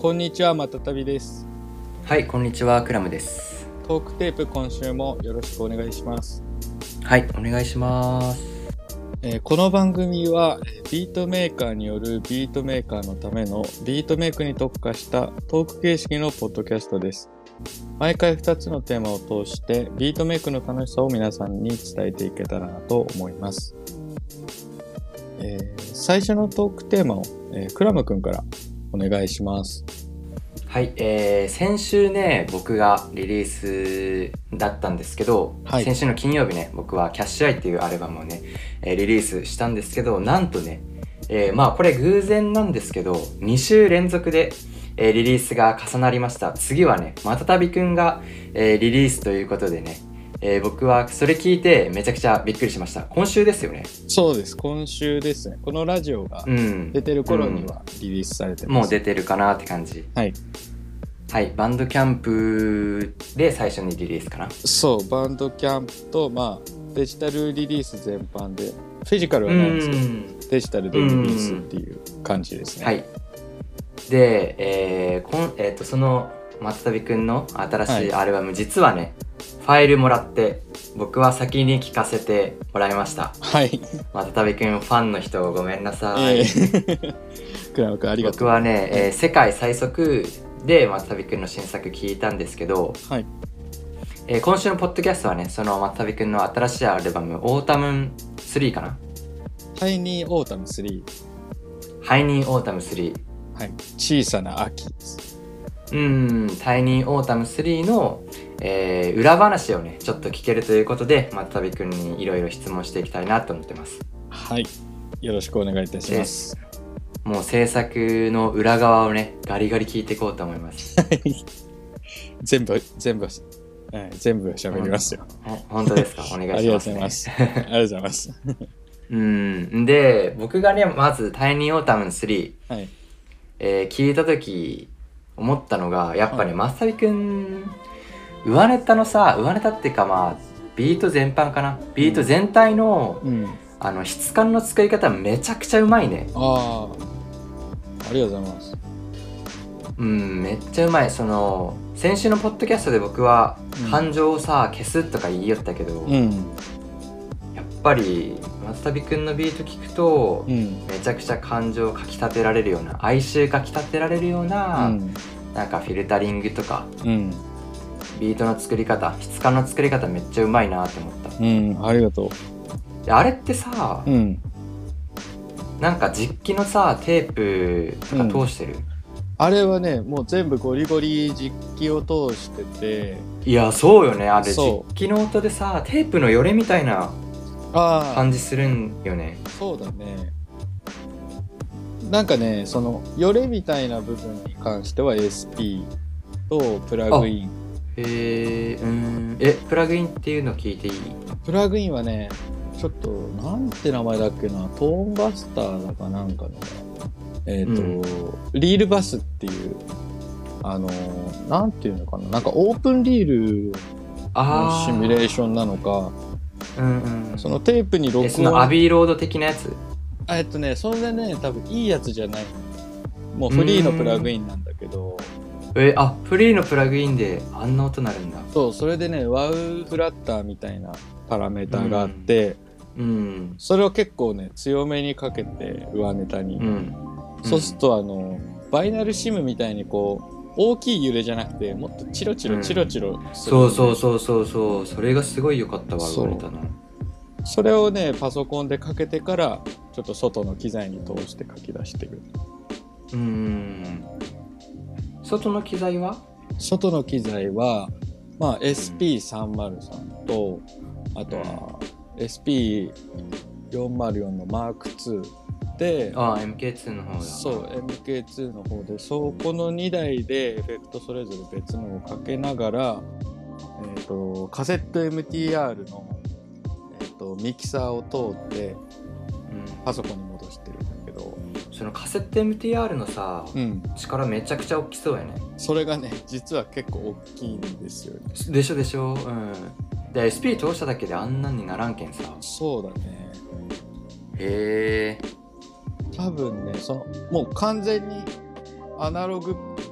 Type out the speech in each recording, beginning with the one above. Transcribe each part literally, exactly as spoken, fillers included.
こんにちは、またたびです。 はい、こんにちは、クラムです。 トークテープ、今週もよろしくお願いします。 はい、お願いします。 えーこの番組はえービートメーカーによるビートメーカーのためのビートメイクに特化したトーク形式のポッドキャストです。毎回ふたつのテーマを通してビートメイクの楽しさを皆さんに伝えていけたらなと思います。えー最初のトークテーマを、えークラムくんからお願いします。 はい、えー、先週ね、僕がリリースだったんですけど、 はい先週の金曜日ね、僕はキャッシュアイっていうアルバムをね、えーリリースしたんですけど、なんとね、えーまあこれ偶然なんですけど、に週連続で、えーリリースが重なりました。次はね、またたびくんが、えーリリースということでね、えー僕はそれ聞いてめちゃくちゃびっくりしました。今週ですよね。 そうです、今週ですね。このラジオがうん。 出てる頃にはリリースされてます。 もう出てるかなって感じ。 はい。 はい、バンドキャンプで最初にリリースかな。 そう、バンドキャンプと、まあ、デジタルリリース全般で、フィジカルはないんですけど、デジタルでリリースっていう感じですね。 はい。で、えーこんえー、とその松旅くんの新しいアルバム、はい、実はね、ファイルもらって僕は先に聴かせてもらいました。 はい。 松旅くんファンの人ごめんなさい。 えー、クラムくんありがとう。 僕はね、えー、世界最速で松旅くんの新作聞いたんですけど、 はい。 えー、今週のポッドキャストはね、その松旅くんの新しいアルバムオータムスリーかな。 タイニーオータムスリー。ハイニーオータムスリー。 はい。小さな秋です。 うん、タイニーオータムスリーの、えー、裏話をねちょっと聞けるということで、またたびくんにいろいろ質問していきたいなと思ってます。 はい、よろしくお願いいたします。 もう制作の裏側をねガリガリ聞いていこうと思います。 全部全部、はい、全部喋りますよ。 本当ですか？お願いします、ね、 ありがとうございます。ありがとうございます。 うんで、僕がねまずタイニーオータムスリー、はい、えー、聞いた時思ったのがやっぱね、まさびくん上ネタのさ、上ネタっていうかまあビート全般かな、ビート全体の、うん、あの質感の作り方めちゃくちゃうまいね。 ああ、ありがとうございます。 うん、めっちゃうまい。その先週のポッドキャストで僕は感情をさ、うん、消すとか言いよったけど、うん、やっぱり松旅くんのビート聞くと、うん、めちゃくちゃ感情をかきたてられるような、哀愁かきたてられるような、うん、なんかフィルタリングとか、うん、ビートの作り方、質感の作り方めっちゃうまいなって思った。 うん、ありがとう。であれってさ、うん、なんか実機のさテープとか通してる、うん、 あれはねもう全部ゴリゴリ実機を通してて。 いやそうよね、あれ実機の音でさテープのよれみたいな感じするんよね。 そうだね。なんかねそのよれみたいな部分に関しては エスピー とプラグイン。 へえ、うん。え、プラグインっていうの聞いていい？ プラグインはねちょっとなんて名前だっけな、トーンバスターだかなんかのえっ、ー、と、うん、リールバスっていうあのなんていうのかな、なんかオープンリールのシミュレーションなのか、うんうん、そのテープに録音、 そのアビーロード的なやつ？ えっとねそんなね多分いいやつじゃない、もうフリーのプラグインなんだけど。 えあフリーのプラグインであんな音なるんだ。 そう、それでねワウフラッターみたいなパラメーターがあって、うんうん、それを結構ね強めにかけて上ネタに、うん、そうするとあのバイナルシムみたいにこう大きい揺れじゃなくてもっとチロチロチロチロする、 うん、そうそうそうそうそう、それがすごい良かったわ。上ネタのそれをねパソコンでかけてからちょっと外の機材に通して書き出してる。 うーん、外の機材は外の機材は、まあ、エスピーさんまるさん とあとは エスピーよんまるよん のマークツーで、 ああ エムケーツー の方だ。 そう エムケーツー の方で、そこのにだいでエフェクトそれぞれ別のをかけながら、えー、とカセット エムティーアール の、えー、とミキサーを通ってパソコンに戻してるんだけど、 そのカセット エムティーアール のさ、うん、力めちゃくちゃ大きそうやね。 それがね実は結構大きいんですよね。 でしょでしょ、うん。で エスピー 通しただけであんなにならんけんさ。 そうだね。 へえ。 多分ねそのもう完全にアナログ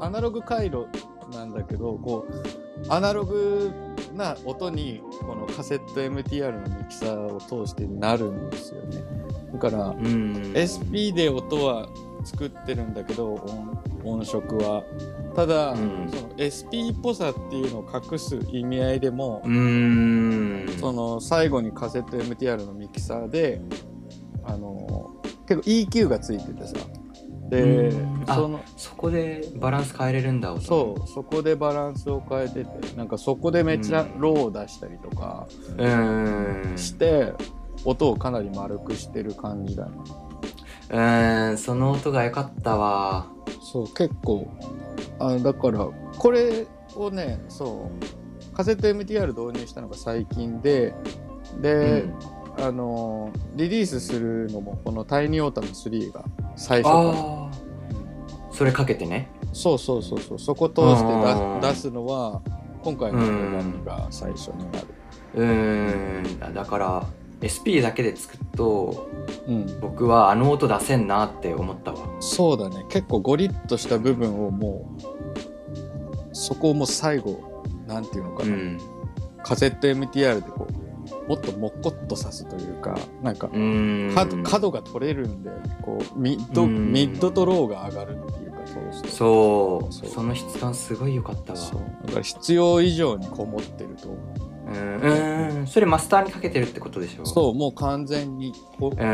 アナログ回路なんだけど、こうアナログな音にこのカセット エムティーアール のミキサーを通してなるんですよね。だから エスピー で音は作ってるんだけど、音, 音色はただ、うん、その エスピー っぽさっていうのを隠す意味合いでも、うーんその最後にカセット エムティーアール のミキサーであの結構 イーキュー がついててさ、でそのそこでバランス変えれるんだ。音そうそこでバランスを変えてて、なんかそこでめっちゃローを出したりとかして、うん音をかなり丸くしてる感じだね。 うーんその音が良かったわ。 そう結構あだからこれをね、そうカセット エムティーアール 導入したのが最近でで、うん、あのリリースするのもこのタイニーオータムスリーが最初から、 あそれかけてね。 そうそうそうそうそこ通して出すのは今回のアルバムが最初になる。 うーんだから エスピー だけで作ると、うん、僕はあの音出せんなって思ったわ。 そうだね、結構ゴリッとした部分をもうそこをもう最後なんていうのかな、うん、カセット エムティーアール でこうもっともっこっとさすというか、なんか角、角が取れるんでこうミッド、ミッドとローが上がるっていうか、 そうそう、その質感すごい良かったわ。 そうだから必要以上にこもってると思う。 うんうんそれマスターにかけてるってことでしょ。 そうもう完全にこう、うん、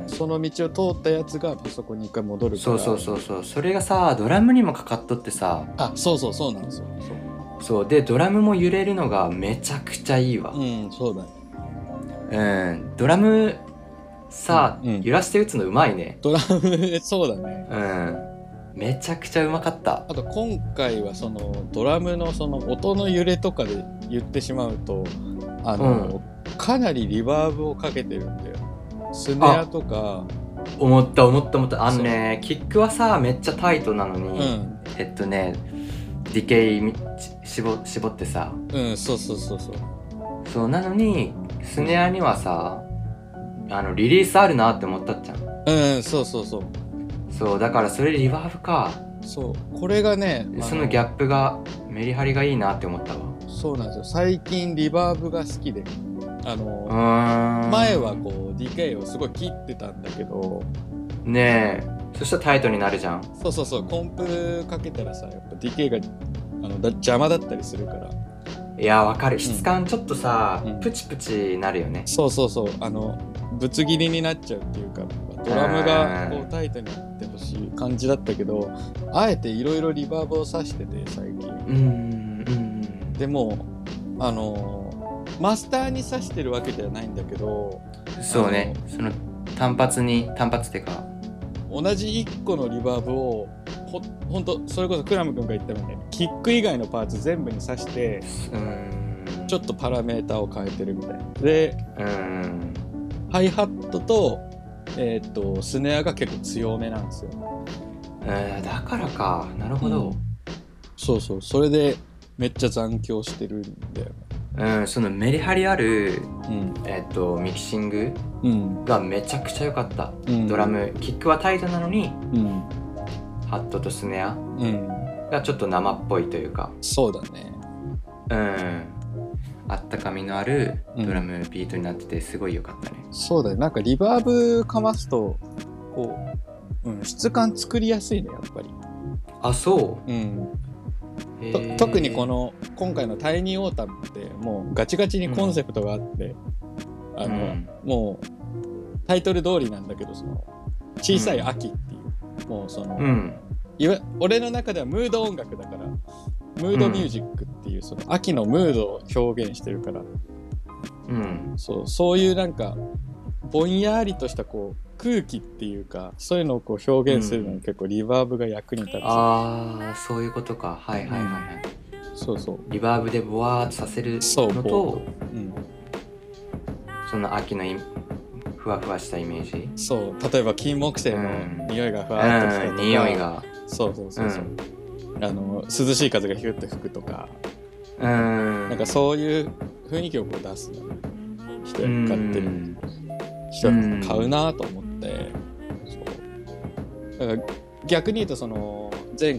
その道を通ったやつがパソコンに一回戻るから。 そうそうそうそうそれがさドラムにもかかっとってさ。 あそうそうそうなんですよ。 そうそうでドラムも揺れるのがめちゃくちゃいいわ。 うんそうだね。うんドラムさ、うんうん、揺らして打つのうまいね。 ドラムそうだね。 うんめちゃくちゃうまかった。 あと今回はそのドラムのその音の揺れとかで言ってしまうとあの、うん、かなりリバーブをかけてるんだよ。スネアとか思った思った思ったあのねキックはさめっちゃタイトなのに、うん、えっとねディケイ絞絞ってさうんそうそうそうそうそうなのにスネアにはさあのリリースあるなって思ったっちゃん。 うんそうそうそうそうだからそれリバーブか。 そうこれがねそのギャップがメリハリがいいなって思ったわ。 そうなんですよ。最近リバーブが好きであの前はこう ディーケー をすごい切ってたんだけどねえそしたらタイトになるじゃん。 そうそうそうコンプかけたらさやっぱ ディーケー があのだ邪魔だったりするから。 いやわかる質感ちょっとさ、うん、プチプチなるよね。 そうそうそうあのぶつ切りになっちゃうっていうかドラムがこうタイトになってほしい感じだったけどあえていろいろリバーブをさしてて最近。うんうんでもあのマスターにさしてるわけではないんだけどそうねその単発に単発っていうか同じいっこのリバーブをほほんとそれこそクラム君が言ったみたいにキック以外のパーツ全部に挿してうんちょっとパラメーターを変えてるみたいなでうんハイハットとえー、っとスネアが結構強めなんですよ。 えー、だからかなるほど、うん、 そうそうそれでめっちゃ残響してるんだよね。 うんそのメリハリある、うん、えー、っとミキシングがめちゃくちゃ良かった、うん、ドラムキックはタイトなのに、うん、ハットとスネアがちょっと生っぽいというか、 そうだねうんあったかみのあるドラムビートになっててすごい良かったね、 うん、そうだねなんかリバーブかますとこう、うん、質感作りやすいねやっぱり。 あそううんと特にこの今回のタイニーオータムってもうガチガチにコンセプトがあって、うん、あの、うん、もうタイトル通りなんだけどその小さい秋っていう、うん、もうその、うん、いわ俺の中ではムード音楽だからムードミュージックっていうその秋のムードを表現してるから、うん、そうそういうなんかぼんやりとしたこう空気っていうかそういうのをこう表現するのに結構リバーブが役に立つ、うん、 ああそういうことかはいはいはいはい、 うん、そうそうリバーブでボワーッとさせるのとうん、その秋のふわふわしたイメージそう例えば金木犀の匂いがふわっとしたとか、 うんうん、匂いがそうそうそうそう、うん、あの涼しい風がヒュッと吹くとかうんなんかそういう雰囲気をこう出すのに人に買ってる人は買うなと思って、うん、そうだから逆に言うとその前回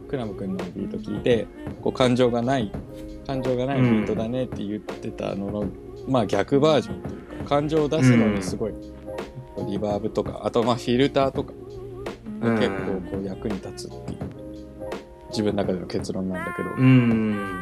クラム君のビート聞いてこう感情がない感情がないビートだねって言ってたのの、うん、まあ逆バージョンというか感情を出すのにすごい、うん、リバーブとかあとまあフィルターとか結構こう役に立つっていう自分の中での結論なんだけど、 うん、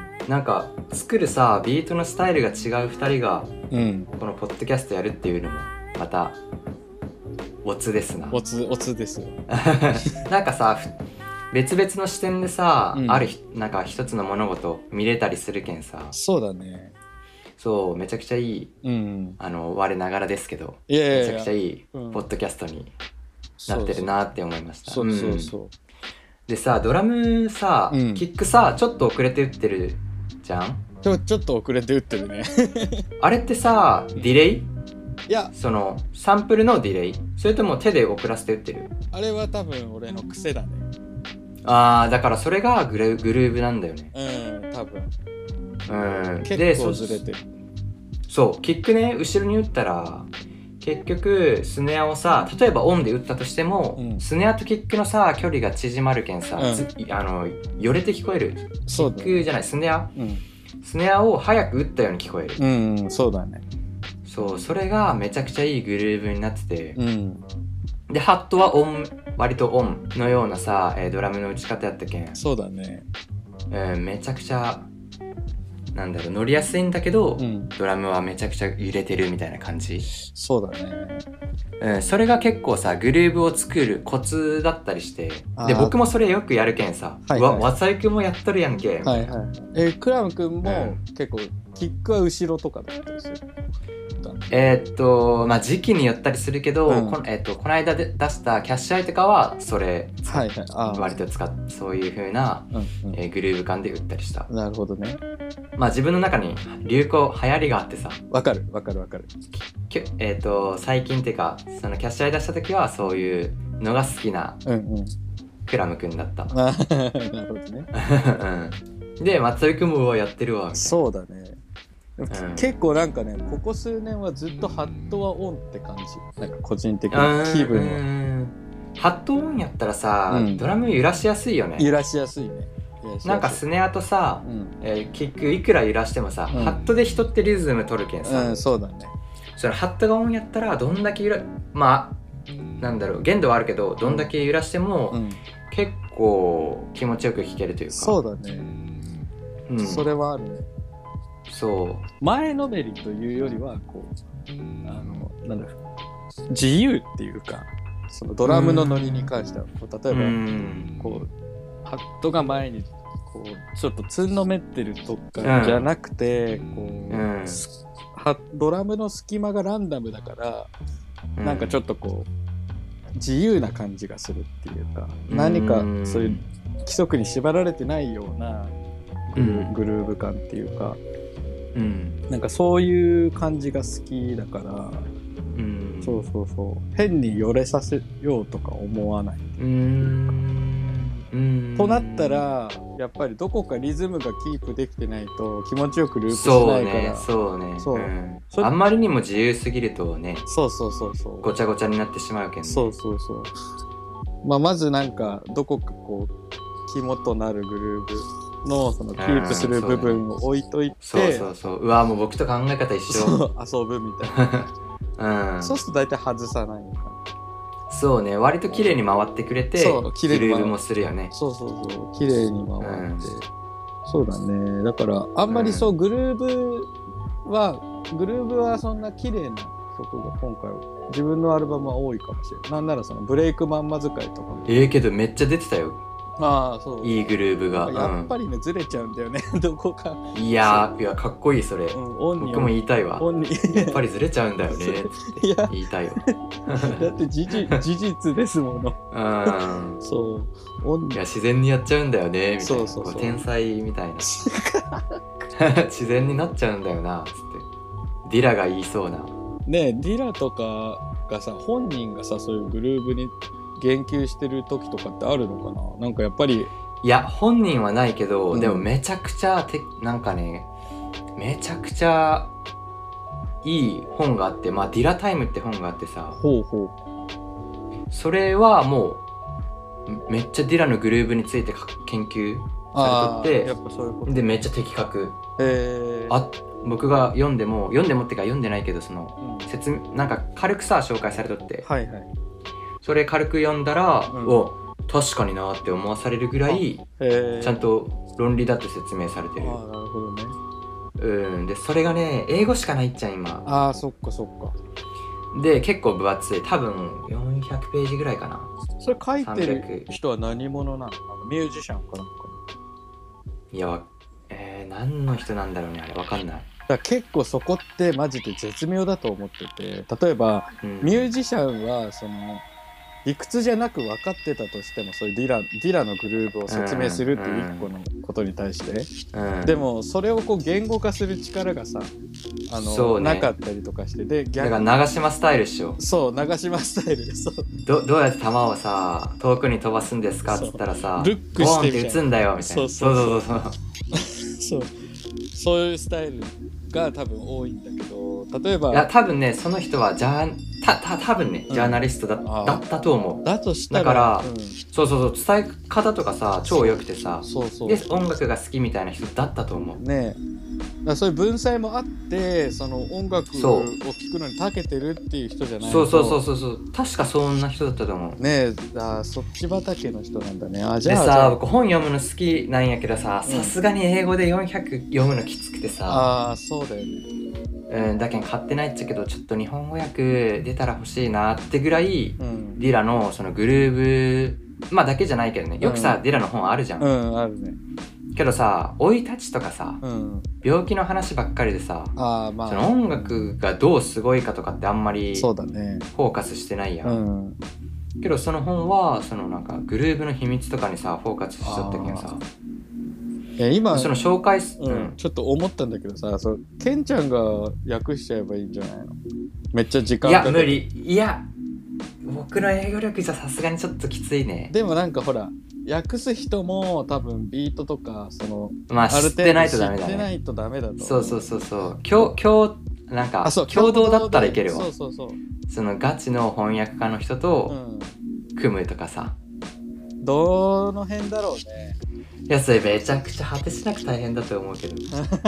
なんか作るさビートのスタイルが違うふたりが、うん、このポッドキャストやるっていうのもまたオツですな。 オツオツですよなんかさ別々の視点でさ、うん、あるなんか一つの物事見れたりするけんさ。 そうだね。 そうめちゃくちゃいい、うん、あの我ながらですけどいやいやいやめちゃくちゃいいポッドキャストになってるなって思いました。 そうそうそう、うん、 でさドラムさ、うん、キックさちょっと遅れて打ってるじゃん。 ちょちょっと遅れて打ってるねあれってさディレイ？ いやそのサンプルのディレイそれとも手で遅らせて打ってる？ あれは多分俺の癖だね。 あーだからそれがグル、グルーブなんだよね。 うん多分うん、 結構ずれてる。 そうキックね後ろに打ったら結局スネアをさ例えばオンで打ったとしても、うん、スネアとキックのさ距離が縮まるけんさ、うん、あのよれて聞こえる。キックじゃないスネア、うん、スネアを早く打ったように聞こえる。 うん、うん、そうだね。 そうそれがめちゃくちゃいいグルーブになってて、うん、でハットはオン割とオンのようなさ、えー、ドラムの打ち方やったけん。 そうだね、 うん、めちゃくちゃなんだろう乗りやすいんだけど、うん、ドラムはめちゃくちゃ揺れてるみたいな感じ。 そうだね、 うん、それが結構さグルーブを作るコツだったりして、で僕もそれよくやるけんさ、はいはい、わわさゆくんもやっとるやんけ。 はいはい、えー、クラムくんも結構、うん、キックは後ろとかだったりする？ えー、っとまあ時期によったりするけど、うんこのえー、っとこの間で出したキャッシュアイとかはそれ、はいはい、あ割と使っそういう風な、うんうんえー、グルーヴ感で打ったりした。 なるほどね。 まあ自分の中に流行流行りがあってさ。 わかるわかるわかる。 えー、っと最近っていうかそのキャッシュアイ出した時はそういうのが好きな、うんうん、クラムくんだった。 なるほどね、 うん、で松尾くんもやってるわみたいな。 そうだね。うん、結構なんかねここ数年はずっとハットはオンって感じ。なんか個人的な気分は。 ハットオンやったらさ、うん、ドラム揺らしやすいよね。 揺らしやすいね。 なんかスネアとさ、うんえー、キックいくら揺らしてもさ、うん、ハットで人ってリズム取るけんさ、 うん、そうだね。 そのハットがオンやったらどんだけ揺らまあなんだろう限度はあるけどどんだけ揺らしても、うん、結構気持ちよく弾けるというか。 そうだね、うん、それはあるね。 そう前のめりというよりはこうあのなんだろう自由っていうかそのドラムのノリに関してはこう例えばこうハットが前にこうちょっとつんのめってるとかじゃなくて、うん、こう、うん、ドラムの隙間がランダムだから、うん、なんかちょっとこう自由な感じがするっていうか、うん、何かそういう規則に縛られてないようなグル、うん、グルーヴ感っていうか、うん、なんかそういう感じが好きだから、うん、そうそうそう変に寄れさせようとか思わないっていうか、うん、となったらやっぱりどこかリズムがキープできてないと気持ちよくループしないから。 そうねそうねそう、うん、あんまりにも自由すぎるとねそうそうそうそうごちゃごちゃになってしまうけど、ね、 そうそうそう、まあ、まずなんかどこかこう肝となるグルーブのそのキープする部分を置いといて、 そうそうそうそううわもう僕と考え方一緒遊ぶみたいな、うん、そうすると大体外さないのかな。 そうね割と綺麗に回ってくれてそう綺麗にグルーブもするよね。 そうそうそう綺麗に回って、うん、そうだね。だからあんまりそう、うん、グルーブはグルーブはそんな綺麗な曲が今回自分のアルバムは多いかもしれない。なんならそのブレイクまんま使いとかもええー、けどめっちゃ出てたよ。 ああそういいグルーブがやっぱりね、うん、ずれちゃうんだよねどこか。 いやいやかっこいいそれ、うん、僕も言いたいわ。やっぱりずれちゃうんだよねってい言いたいわだって事実事実ですものうんそういや自然にやっちゃうんだよねみたいな。そうそうそう天才みたいな自然になっちゃうんだよなつってディラが言いそうなねえディラとかがさ本人がさそういうグルーブに言及してる時とかってあるのかな。なんかやっぱりいや本人はないけど、うん、でもめちゃくちゃてなんかねめちゃくちゃいい本があってまあディラタイムって本があってさほうほうそれはもうめっちゃディラのグルーブについて研究されとって、 やっぱそういうことでめっちゃ的確。 へあ僕が読んでも読んでもってか読んでないけどその、うん、説なんか軽くさ紹介されとって、 はいはい、それ軽く読んだら、うん、お確かになって思わされるぐらいちゃんと論理だって説明されてる。 あなるほどね。 うんでそれがね英語しかないっちゃん今。 あーそっかそっか。 で結構分厚い、多分よんひゃくページぐらいかな。 それ書いてる人は何者なの？ミュージシャンかなんか？ いや、えー、何の人なんだろうねあれ、分かんない。 だ結構そこってマジで絶妙だと思ってて、例えば、うん、ミュージシャンはその理屈じゃなく分かってたとしても、そういうディラディラのグルーヴを説明するっていう一個のことに対して、うんうん、でもそれをこう言語化する力がさあの、ね、なかったりとかして、で逆だから長島スタイルっしょ。 そう長島スタイルで、そうど, どうやって球をさ遠くに飛ばすんですかっつったらさルックしてボーンって打つんだよみたいな。そうそうそうそうそうそういうスタイルが多分多いんだけど、例えばいや多分ねその人はジャーたた多分ね、うん、ジャーナリスト だ, だったと思う。 だとしたらだから、うん、そうそうそう伝え方とかさ超良くてさ、 そうそうで音楽が好きみたいな人だったと思うね。えだそういう文才もあってその音楽を聴くのに長けてるっていう人じゃないと。 そうそうそうそうそう確かそんな人だったと思うね。えだそっち畑の人なんだね。あじゃあでさ僕本読むの好きなんやけどささすがに英語でよんひゃく読むのきつくてさ。 ああそうだよね。 うん、だけど買ってないっちゃけどちょっと日本語訳出たら欲しいなってぐらい、うん、ディラのそのグルーブまあだけじゃないけどねよくさ、うん、ディラの本あるじゃん。 うんあるね。 けどさ生い立ちとかさ、うん、病気の話ばっかりでさあ、まあ、 その音楽がどうすごいかとかってあんまりフォーカスしてないやん、うん、けどその本はそのなんかグルーブの秘密とかにさフォーカスしとったけどさいや今その紹介す、 うんうん、ちょっと思ったんだけどさそうケンちゃんが訳しちゃえばいいんじゃないの？めっちゃ時間かかる。 いや無理。いや僕の英語力じゃさすがにちょっときついね。 でもなんかほら訳す人も多分ビートとかそのまあ知ってないとダメだね。 知ってないとダメだと。 そうそうそうそう共共なんか共同だったらいけるわ。 そうそうそうそのガチの翻訳家の人と組むとかさ、 うん、どの辺だろうね。 いやそれめちゃくちゃ果てしなく大変だと思うけどい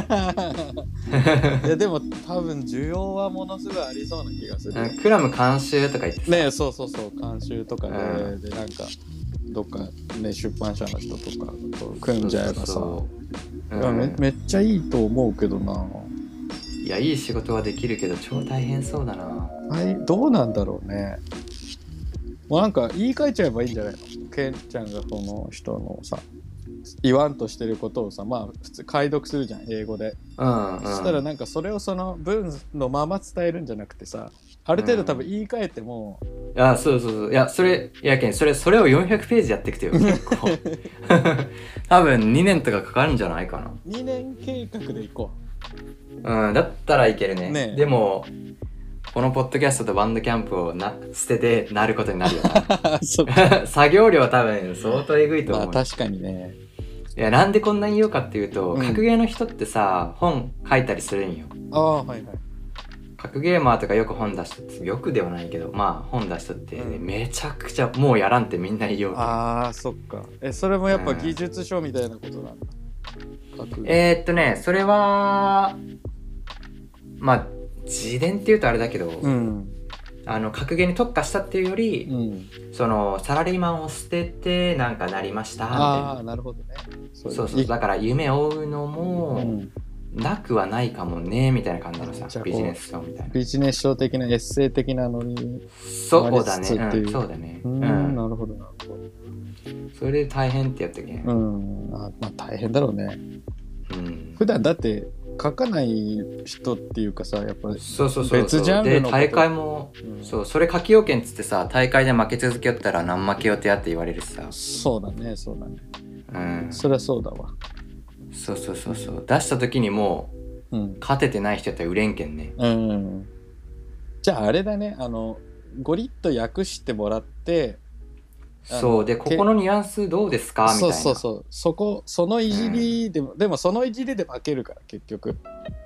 やでも多分需要はものすごいありそうな気がする。 クラム監修とか言ってさね。そうそうそう監修とかで、うん、でなんかどっかね出版社の人とかと組んじゃえばさ、そうそうそう、うん、め, めっちゃいいと思うけどな。 いやいい仕事はできるけど超大変そうだな。 はいどうなんだろうね。もうなんか言い換えちゃえばいいんじゃないの？ケンちゃんがその人のさ言わんとしてることをさまあ普通解読するじゃん英語で、うんうん、そしたらなんかそれをその文のまま伝えるんじゃなくてさある程度多分言い換えても、 うん、あそうそうそういやそれいやけんそれそれをよんひゃくページやってきてよ結構多分にねんとかかかるんじゃないかな。 にねん計画でいこううんだったらいける ね, ねでもこのポッドキャストとバンドキャンプをな捨ててなることになるよな作業量は多分相当えぐいと思う。 まあ確かにね。 いやなんでこんなに言おうかっていうと、うん、格ゲーの人ってさ本書いたりするんよ。 ああはいはい。 格ゲーマーとかよく本出しとってよくではないけどまあ本出しとって、うん、めちゃくちゃもうやらんってみんな言おう。 ああそっか。えそれもやっぱ技術書みたいなことなんだ、 うん、えー、っとねそれはまあ自伝っていうとあれだけど、うん、あの格ゲーに特化したっていうより、うん、そのサラリーマンを捨ててなんかなりましたみたいな。 ああなるほどね。 そうそうそうだから夢を追うのも、うんなくはないかもねみたいな感じのさビジネス書みたいなビジネス書的なエッセイ的なのにそうだね、うん、そうだねうん、うん、なるほどなるほど。 それで大変ってやったっけ。 うんあまあ大変だろうね、うん、普段だって書かない人っていうかさやっぱり別ジャンルので大会も、うん、そうそれ書きようけんっつってさ大会で負け続けよったら何負けよってやって言われるしさ。 そうだねそうだねうんそりゃそうだわ。 そうそうそうそう出した時にもう、うん、勝ててない人やったら売れんけんね。 うん、うん、じゃああれだねあのゴリッと訳してもらってそうでここのニュアンスどうですかみたいな。 そうそうそうそこそのいじりでも、うん、でもそのいじりで負けるから結局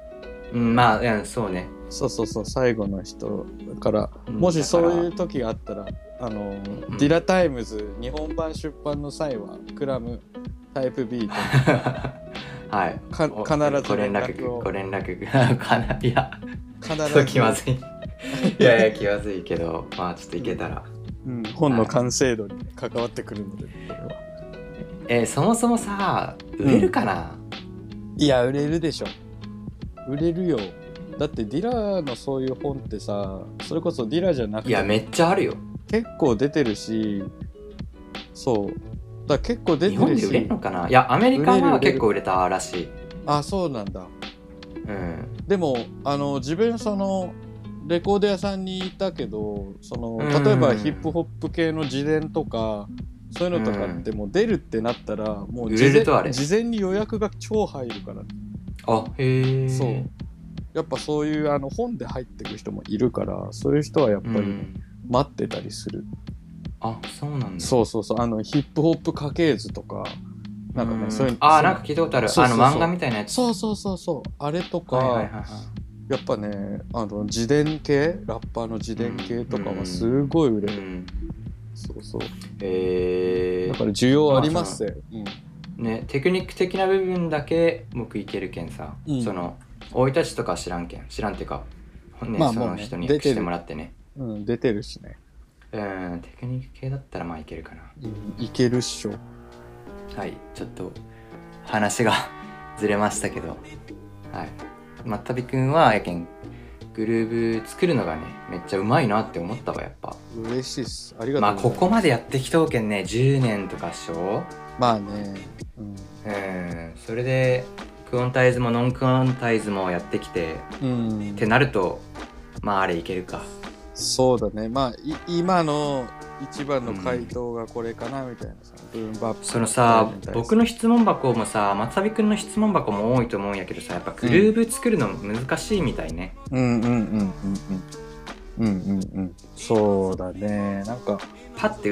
うん、まあ、うん、そうね。 そうそうそう、最後の人から、 うん、 もしそういう時があったら、あの、 うん、 ディラタイムズ日本版出版の際はクラムタイプビートはい、 か必ずご連絡をご連絡かないや必ずちょっと気まずいいやいや気まずいけど、まあちょっといけたら、 うん、本の完成度に関わってくるので、これは。 えー、そもそもさ売れるかな、 うん、いや売れるでしょ。売れるよ。だってディラのそういう本ってさ、それこそディラじゃなくて、 いやめっちゃあるよ。 結構出てるし、そうだから結構出てるし。 日本で売れるのかな。いやアメリカは結構売れたらしい。 あ、そうなんだ。 うん、 でもあの自分そのレコード屋さんにいたけど、その例えばヒップホップ系の自伝とかそういうのとかってもう出るってなったら、もう事 前, 事前に予約が超入るから。 あ、へえ。 そうやっぱそういうあの本で入ってくる人もいるから、そういう人はやっぱり待ってたりする、うん、 あ、そうなんだ。 そうそうそう、あのヒップホップ家系図とかなんかね、うん、そういうあ、なんか聞いたことある。そうそうそう、あの漫画みたいなやつ。 そうそうそうそう、あれとか、はいはいはいはい、やっぱね、あの自伝系、ラッパーの自伝系とかはすごい売れる、うんうん、そうそう、 へえ。 だから需要ありますよ、 うん、ね、テクニック的な部分だけ僕いけるけんさ、うん、その生い立ちとか知らんけん、知らんっていうか、ね、まあ、その人にしてもらってね、 うん、出てるしね、 うん、テクニック系だったらまあいけるかな、 うん、いけるっしょ。 はい、ちょっと話がずれましたけど、はい、まったびくんはやけんグルーブ作るのがねめっちゃうまいなって思ったわ。やっぱ嬉しいっす、ありがとうございます。 まあここまでやってきとうけんね、じゅうねんとかっしょ。 まあね、うん、 うん、それでクオンタイズもノンクオンタイズもやってきて、うん、ってなるとまああれいけるか。 そうだね、まあ今の一番の回答がこれかなみたいなさ、うん、ブーンバップそのさ、僕の質問箱もさ、松旅くんの質問箱も多いと思うんやけどさ、やっぱグルーブ作るの難しいみたいね。 うんうんうんうんうんうんうんうん、そうだね、なんかパッて打って、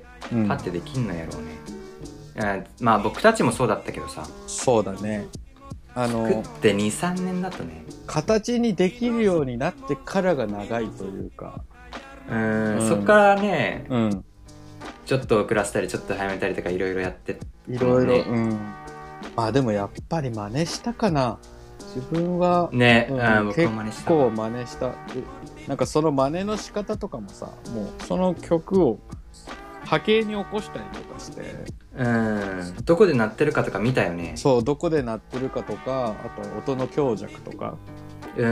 うん、パッてできんのやろうね。まあ僕たちもそうだったけどさ。 そうだね、あの作ってにさんねんだとね、 形にできるようになってからが長いというか、 うん、うん、そっからね、 うん、 ちょっと遅らせたりちょっと早めたりとかいろいろやっていろいろ、うん、まあでもやっぱり真似したかな、自分はね、 うん、僕も真似した、結構真似した。なんかその真似の仕方とかもさ、もうその曲を波形に起こしたりとかして、 うん、どこで鳴ってるかとか見たよね。 そう、どこで鳴ってるかとか、あと音の強弱とか、 うん、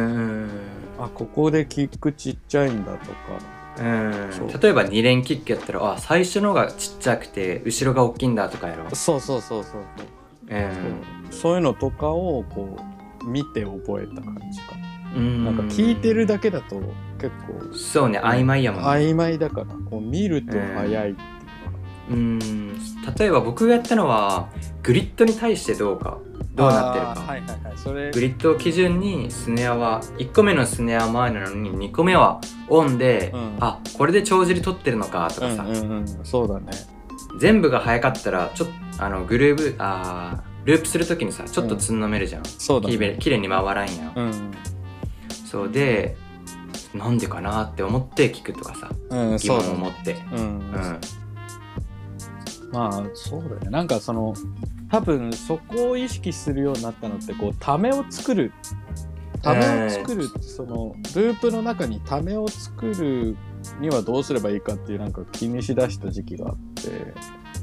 あ、ここでキックちっちゃいんだとか、 うん、例えばに連キックやったら、あ、最初のがちっちゃくて後ろが大きいんだとかやろ。 そうそうそうそうそう、うん、そういうのとかをこう見て覚えた感じかな。うん、なんか聞いてるだけだと結構そうね、曖昧やもんね。 曖昧だからこう見ると早いっていうか、 うん、例えば僕がやったのはグリッドに対してどうかどうなってるか、 はいはいはい、それグリッドを基準にスネアはいっこめのスネア前なのににこめはオンで、うん、あ、これで帳尻取ってるのかとかさ、うんうんうん、そうだね、 全部が早かったらちょっとあのグルーブあーループするときにさちょっとつんのめるじゃん、うん、 そうだね、 きれいに回らんやん、うん、そうでなんでかなって思って聞くとかさ、うん、疑問を持って、うんうん、 まあそうだよね、なんかその多分そこを意識するようになったのってこうためを作るためを作るって、えー、そのループの中にためを作るにはどうすればいいかっていうなんか気にしだした時期があって、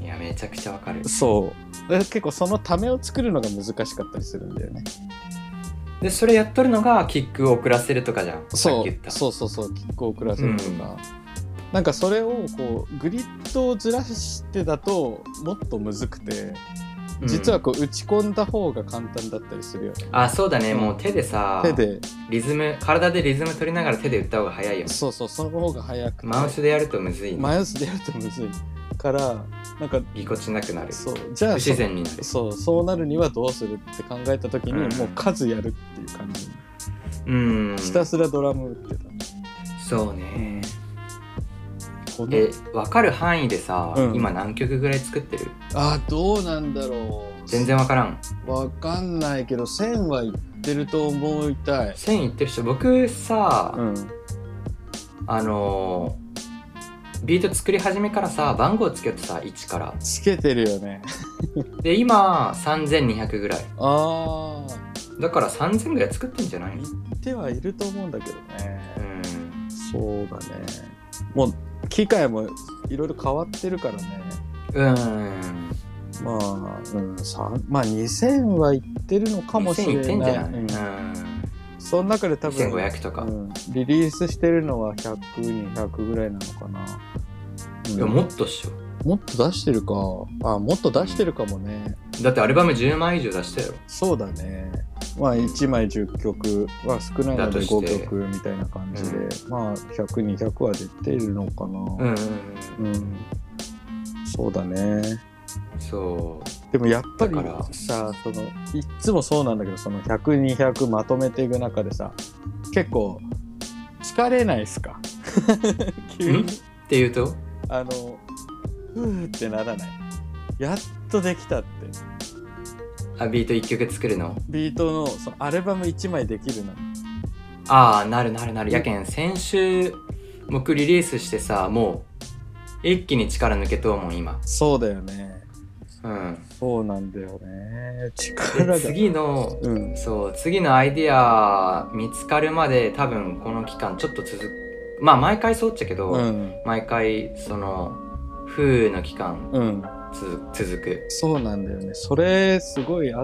いやめちゃくちゃわかる。 そう結構そのためを作るのが難しかったりするんだよね。 でそれやっとるのがキックを遅らせるとかじゃん。 そうそうそうそう、キックを遅らせるとか、うん、なんかそれをこうグリッドをずらしてだともっとむずくて、実はこう打ち込んだ方が簡単だったりするよね。 あ、そうだね、うん、もう手でさ、手でリズム、体でリズム取りながら手で打った方が早いよね。 そうそう、その方が早くて、 マウスでやるとむずいね。 マウスでやるとむずいからなんかぎこちなくなる。 そう、じゃあ不自然になる。 そう、そうなるにはどうするって考えた時に、うん、もう数やるっていう感じ、うん、ひたすらドラム打ってた。 そうね、うん、え、分かる範囲でさ、うん、今何曲ぐらい作ってる？ あ、どうなんだろう、 全然分からん。 分かんないけどせんはいっってると思いたい。 せんいってる人、僕さ、 うん、 あのー、ビート作り始めからさ番号つけてさいちからつけてるよねで今さんぜんにひゃくぐらい。 ああだからさんぜんぐらい作ってんじゃない？ 言ってはいると思うんだけどね。 うんそうだね。もう機械もいろいろ変わってるからね。 うんまあ、うん、さまあにせんはいってるのかもしれない。 にせんいってんじゃない？ うんうんその中で多分にせんごひゃくとか、 うん、リリースしてるのはひゃく、にひゃくぐらいなのかな、うん、 いやもっとっしょ。 もっと出してるか。あ、もっと出してるかもね。 だってアルバムじゅうまい以上出したよ。 そうだね。まあいちまいじゅっきょくは少ないのでごきょくみたいな感じで、うん、まあひゃく、にひゃくは出てるのかな。うんうんうん、うん、そうだね。 そうでもやっぱりさ、そのいっつもそうなんだけど、そのひゃく、にひゃくまとめていく中でさ、結構疲れないっすか急にっていうと、 あのふーってならない？やっとできたって。 あ、ビートいっきょく作るの？ ビートのそのアルバムいちまいできるの。 ああ、なるなるなる。やけん先週僕リリースしてさ、もう一気に力抜けとうもん今。 そうだよね。 うん、 そうなんだよね。力が次の、うん、そう次のアイディア見つかるまで多分この期間ちょっと続く。まあ毎回そうっちゃけど、うん、毎回その風の期間、うん、続く。 そうなんだよね。それすごいあって、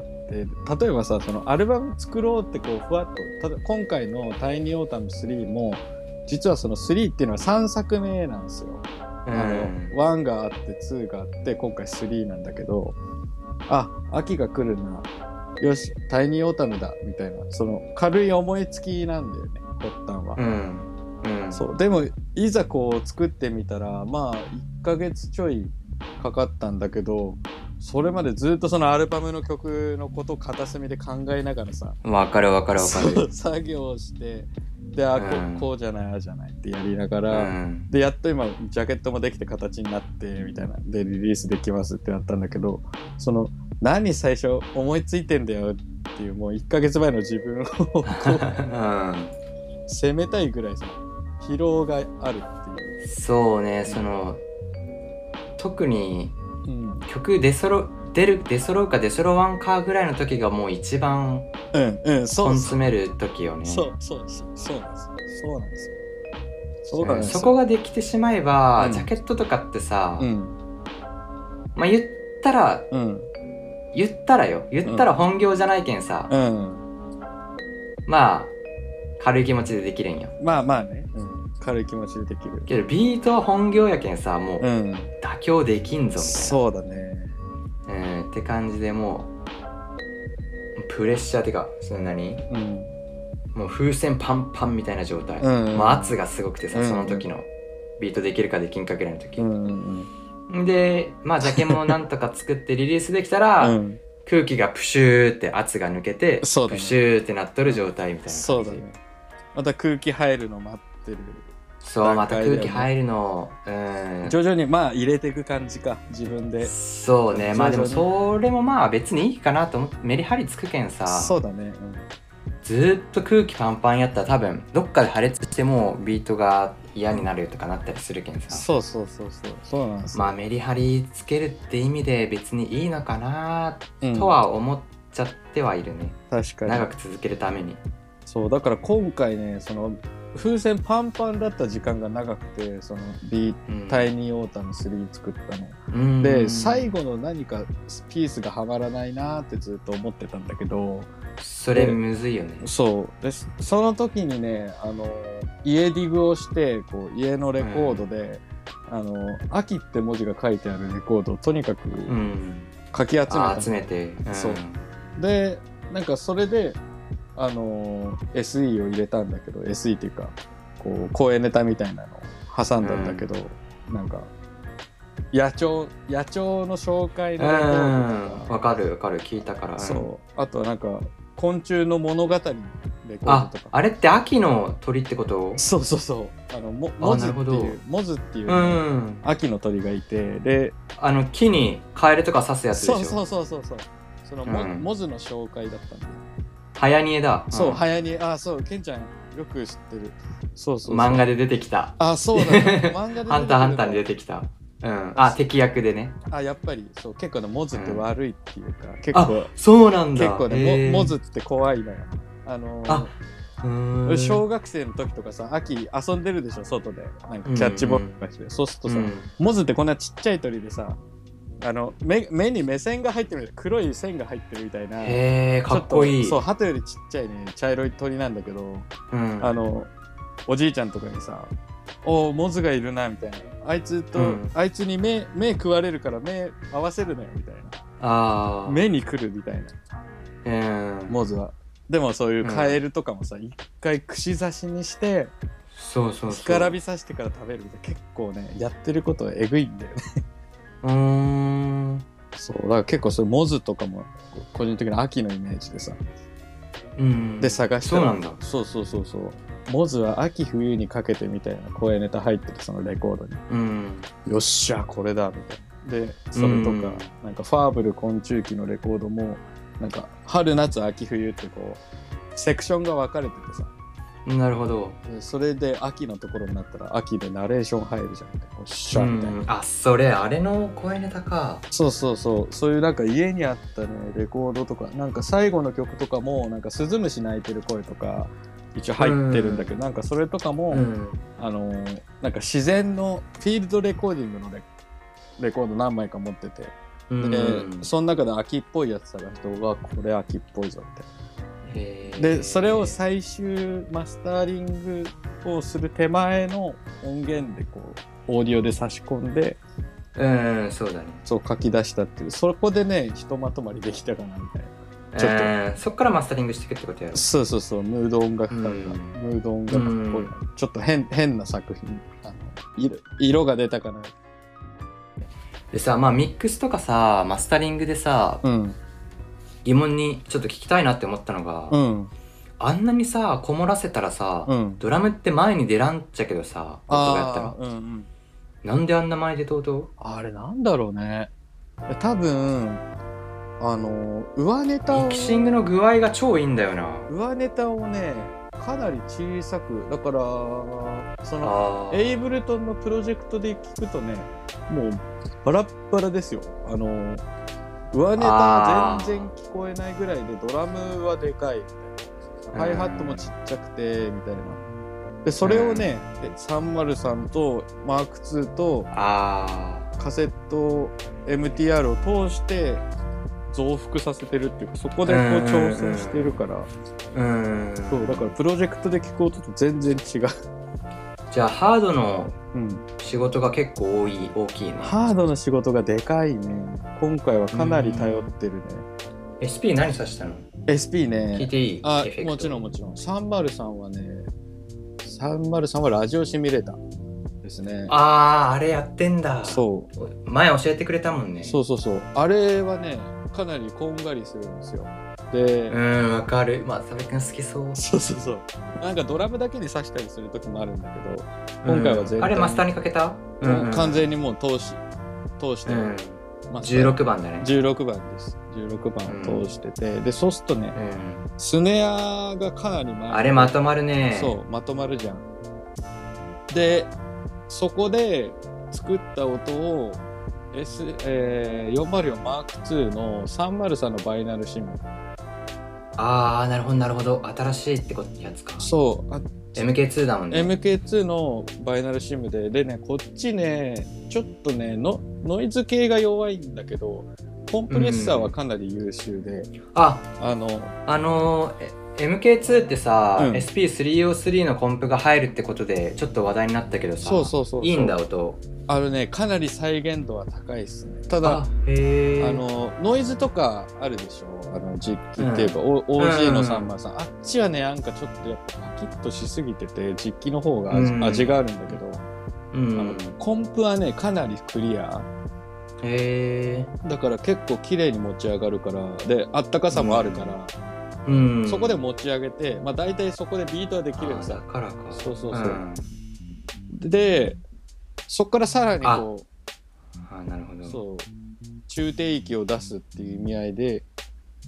例えばさ、そのアルバム作ろうってこうふわっと、ただ今回のタイニーオータムスリーも実はそのスリーっていうのはさんさくめなんですよ。あのワンがあってツーがあって今回スリーなんだけど、あ、秋が来るな、よしタイニーオータムだみたいな、その軽い思いつきなんだよね、発端は。うんうん、そうでもいざこう作ってみたらまあいっかげつちょいかかったんだけど、それまでずっとそのアルバムの曲のことを片隅で考えながらさ、 わかるわかるわかる、 作業してで、あ、うん、こ, こうじゃないああじゃないってやりながら、うん、でやっと今ジャケットもできて形になってみたいなでリリースできますってなったんだけど、その何最初思いついてんだよっていう、もういっかげつまえの自分をこう、うん、責めたいぐらいさ疲労があるっていう。 そうね、その特に曲出揃出る出揃うか出揃わんかぐらいの時がもう一番うんうんそう根詰める時よね。 そうそうそうそうなんですよ。そうなんですよ。 そうなんですよ。そこができてしまえば、うん、ジャケットとかってさ、うん、まあ言ったら、うん、言ったらよ言ったら本業じゃないけんさ、うん、まあ軽い気持ちでできるんよ。 まあまあね、うん、軽い気持ちでできるけどビートは本業やけんさ、もう妥協できんぞみたいな、 そうだね、 うん、って感じでもうプレッシャーってかそんなに、うん、もう風船パンパンみたいな状態、うんうん、まあ圧がすごくてさ、うんうん、その時のビートできるかできんかぐらいの時、うんうん、でまあジャケもなんとか作ってリリースできたら、うん、空気がプシューって圧が抜けて、ね、プシューってなっとる状態みたいな感じ。 そうだね。また空気入るの待ってる。 そうまた空気入るの、うん、 徐々にまあ入れていく感じか、自分で。 そうね、まあでもそれもまあ別にいいかなと思ってメリハリつくけんさ。 そうだね、うん、 ずっと空気パンパンやったら多分どっかで破裂してもビートが嫌になるとかなったりするけんさ。 そうそうそうそうそうなんですよ。 まあメリハリつけるって意味で別にいいのかなとは思っちゃってはいるね、 うん、確かに長く続けるために。 そうだから今回ね、その風船パンパンだった時間が長くて、その B、うん、タイニーオータムスリー作ったの、うん、で最後の何かピースがはまらないなってずっと思ってたんだけど、 それむずいよね。 そうで、その時にね、あの家ディグをしてこう家のレコードで、うん、あの秋って文字が書いてあるレコードをとにかくかき集めた、 うん、集めて、うん、 そうでなんかそれであの エスイー を入れたんだけど、 エスイー っていうかこう声ネタみたいなのを挟んだんだけど、うん、なんか野鳥野鳥の紹介のレコードとか、 わかるわかる、聞いたから。 そう、あとはなんか昆虫の物語のレコードとか。あ、 あれって秋の鳥ってこと？ そうそうそう、あのモモズっていうモズっていう、ね、うん、秋の鳥がいて、であの木にカエルとか刺すやつでしょ。 そうそうそうそうそう、そのモ、うん、モズの紹介だったんで、 はやにえだ。 そう、はやにえ。あ、そう、ケンちゃんよく知ってる。そうそうそう。 漫画で出てきた。 あ、そうだね。漫画で出てきた。 ハンターハンターに出てきた。うん。あ、敵役でね。 あ、やっぱりそう、結構ね、モズって悪いっていうか、うん、結構あ、そうなんだ。 結構ね、モズって怖いのよ。あのー、 あ、うーん、 小学生の時とかさ、秋遊んでるでしょ、外で。なんかキャッチボールとかして、うんうん、そうするとさ、うん、モズってこんなちっちゃい鳥でさ、あの 目, 目に目線が入ってる、黒い線が入ってるみたいな。 へー、かっこいい。 そう、鳩よりちっちゃいね、茶色い鳥なんだけど、うん、あのおじいちゃんとかにさ、おー、モズがいるなみたいな、あいつと、うん、あいつに 目, 目食われるから目合わせるなよみたいな、あ、目に来るみたいな、えー、モズは。でもそういうカエルとかもさ、一、うん、回串刺しにして、 そうそうそう、 干からび刺してから食べるみたいな、結構ね、やってることはえぐいんだよね。 うーん、 そうだから結構そういうモズとかも個人的な秋のイメージでさ、うん、で探したら、 そうなんだ。 そうそうそうそう、モズは秋冬にかけてみたいな声ネタ入ってる、そのレコードに、うん、よっしゃこれだみたいな。でそれとか、うん、なんかファーブル昆虫記のレコードもなんか春夏秋冬ってこうセクションが分かれててさ、 なるほど。 それで秋のところになったら秋でナレーション入るじゃん、おっしゃみたいな、うん、 あ、それあれの声ネタか。 そうそうそう、そういうなんか家にあったねレコードとか、なんか最後の曲とかもなんかスズムシ鳴いてる声とか一応入ってるんだけど、うん、なんかそれとかも、うん、あのー、なんか自然のフィールドレコーディングの レ, レコード何枚か持ってて、うん、でその中で秋っぽいやつ探して、うわこれ秋っぽいぞって。でそれを最終マスターリングをする手前の音源でこうオーディオで差し込んで、 うん、そうだね、 そう書き出したっていう、そこでねひとまとまりできたかなみたいな。 ちょっと、えー、そっからマスタリングしていくってことやろ。 そうそうそう、ムード音楽家が、うん、ムード音楽っぽい、うん、ちょっと 変, 変な作品、あの 色, 色が出たかな。 でさ、まあミックスとかさマスタリングでさ、うん、疑問にちょっと聞きたいなって思ったのが、うん、あんなにさこもらせたらさ、うん、ドラムって前に出らんっちゃけどさ、音がやったら、うんうん、なんであんな前でとうとうあれなんだろうね。多分あの上ネタを、 ミキシングの具合が超いいんだよな。 上ネタをねかなり小さく、だからそのエイブルトンのプロジェクトで聞くとね、もうバラッバラですよ。あの上ネタ全然聞こえないぐらいで、ドラムはでかいみたいな、ハイハットもちっちゃくてみたいな。でそれをね、うん、さんまるさんとマークツーとカセット エムティーアール を通して増幅させてるっていうか、そこでこう調整してるから、うんうん、そうだからプロジェクトで聞く音と全然違う。 じゃあハードの仕事が結構多い、大きいね。 ハードの仕事がでかいね。今回はかなり頼ってるね。 エスピー 何さしたの？ エスピー ね。 聞いていい？ あ、もちろんもちろん。さんまるさんはね、さんまるさんはラジオシミュレーターですね。 あー、あれやってんだ。 そう。 前教えてくれたもんね。 そうそうそう。あれはね、かなりこんがりするんですよ。で、 うん、わかる。まあ、佐部くん好きそう。 そうそうそう。なんかドラムだけに刺したりする時もあるんだけど、今回は全然、うん、 あれマスターにかけた？ うんうん、完全にもう通し、通して、うん、 じゅうろくばんだね。 じゅうろくばんです。じゅうろくばんを通してて、うん、で、そうするとね、うん、スネアがかなり前。 あれまとまるね。 そう、まとまるじゃん。で、そこで作った音を、S えー、よんまるよんマークツー のさんまるさんのバイナルシム。 あー、なるほどなるほど。新しいってやつか。 そう。あエムケーツー だもんね。 エムケーツー のバイナルシムで、でね、こっちね、ちょっとね、のノイズ系が弱いんだけど、コンプレッサーはかなり優秀で。うん、 あ、あの、あのー、エムケーツー ってさ、うん、エスピースリーオースリー のコンプが入るってことで、ちょっと話題になったけどさ、 そうそうそうそう、 いいんだ、音。 あのね、かなり再現度は高いですね。ただ、あ、へー、あの、ノイズとかあるでしょ、あの実機っていうか、うん、オージー のさんまるさん、うん、あっちはね、なんかちょっとやっぱパキッとしすぎてて、実機の方が 味,、うん、味があるんだけど、うん、あのコンプはね、かなりクリア。へー。だから結構綺麗に持ち上がるから、で、あったかさもあるから、うん、そこで持ち上げて、まあ大体そこでビートはできるんさ。 だからか。 そうそうそう。うん、で、そこからさらにこう、 ああ、なるほど。 そう、中低域を出すっていう意味合いで、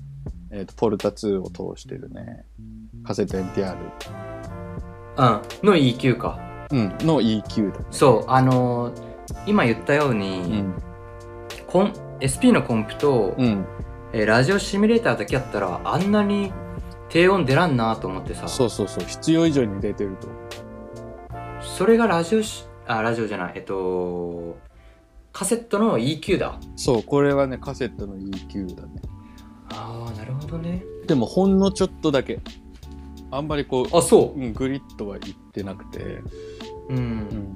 えーと、ポルタツーを通してるね。カセット エヌティーアール。 うん。の イーキュー か。 うん。の イーキュー だ、ね。 そう、あのー、今言ったように、うん、コン エスピー のコンプと、うんえー、ラジオシミュレーターだけやったらあんなに低音出らんなと思ってさ。 そうそうそう。必要以上に出てると。 それがラジオし、あ、ラジオじゃない。えっと、カセットの イーキュー だ。 そう、これはね、カセットの イーキュー だね。 ああ、なるほどね。 でもほんのちょっとだけ。あんまりこう、 あ、そう。 うん、グリッとはいってなくて。 うん。うん、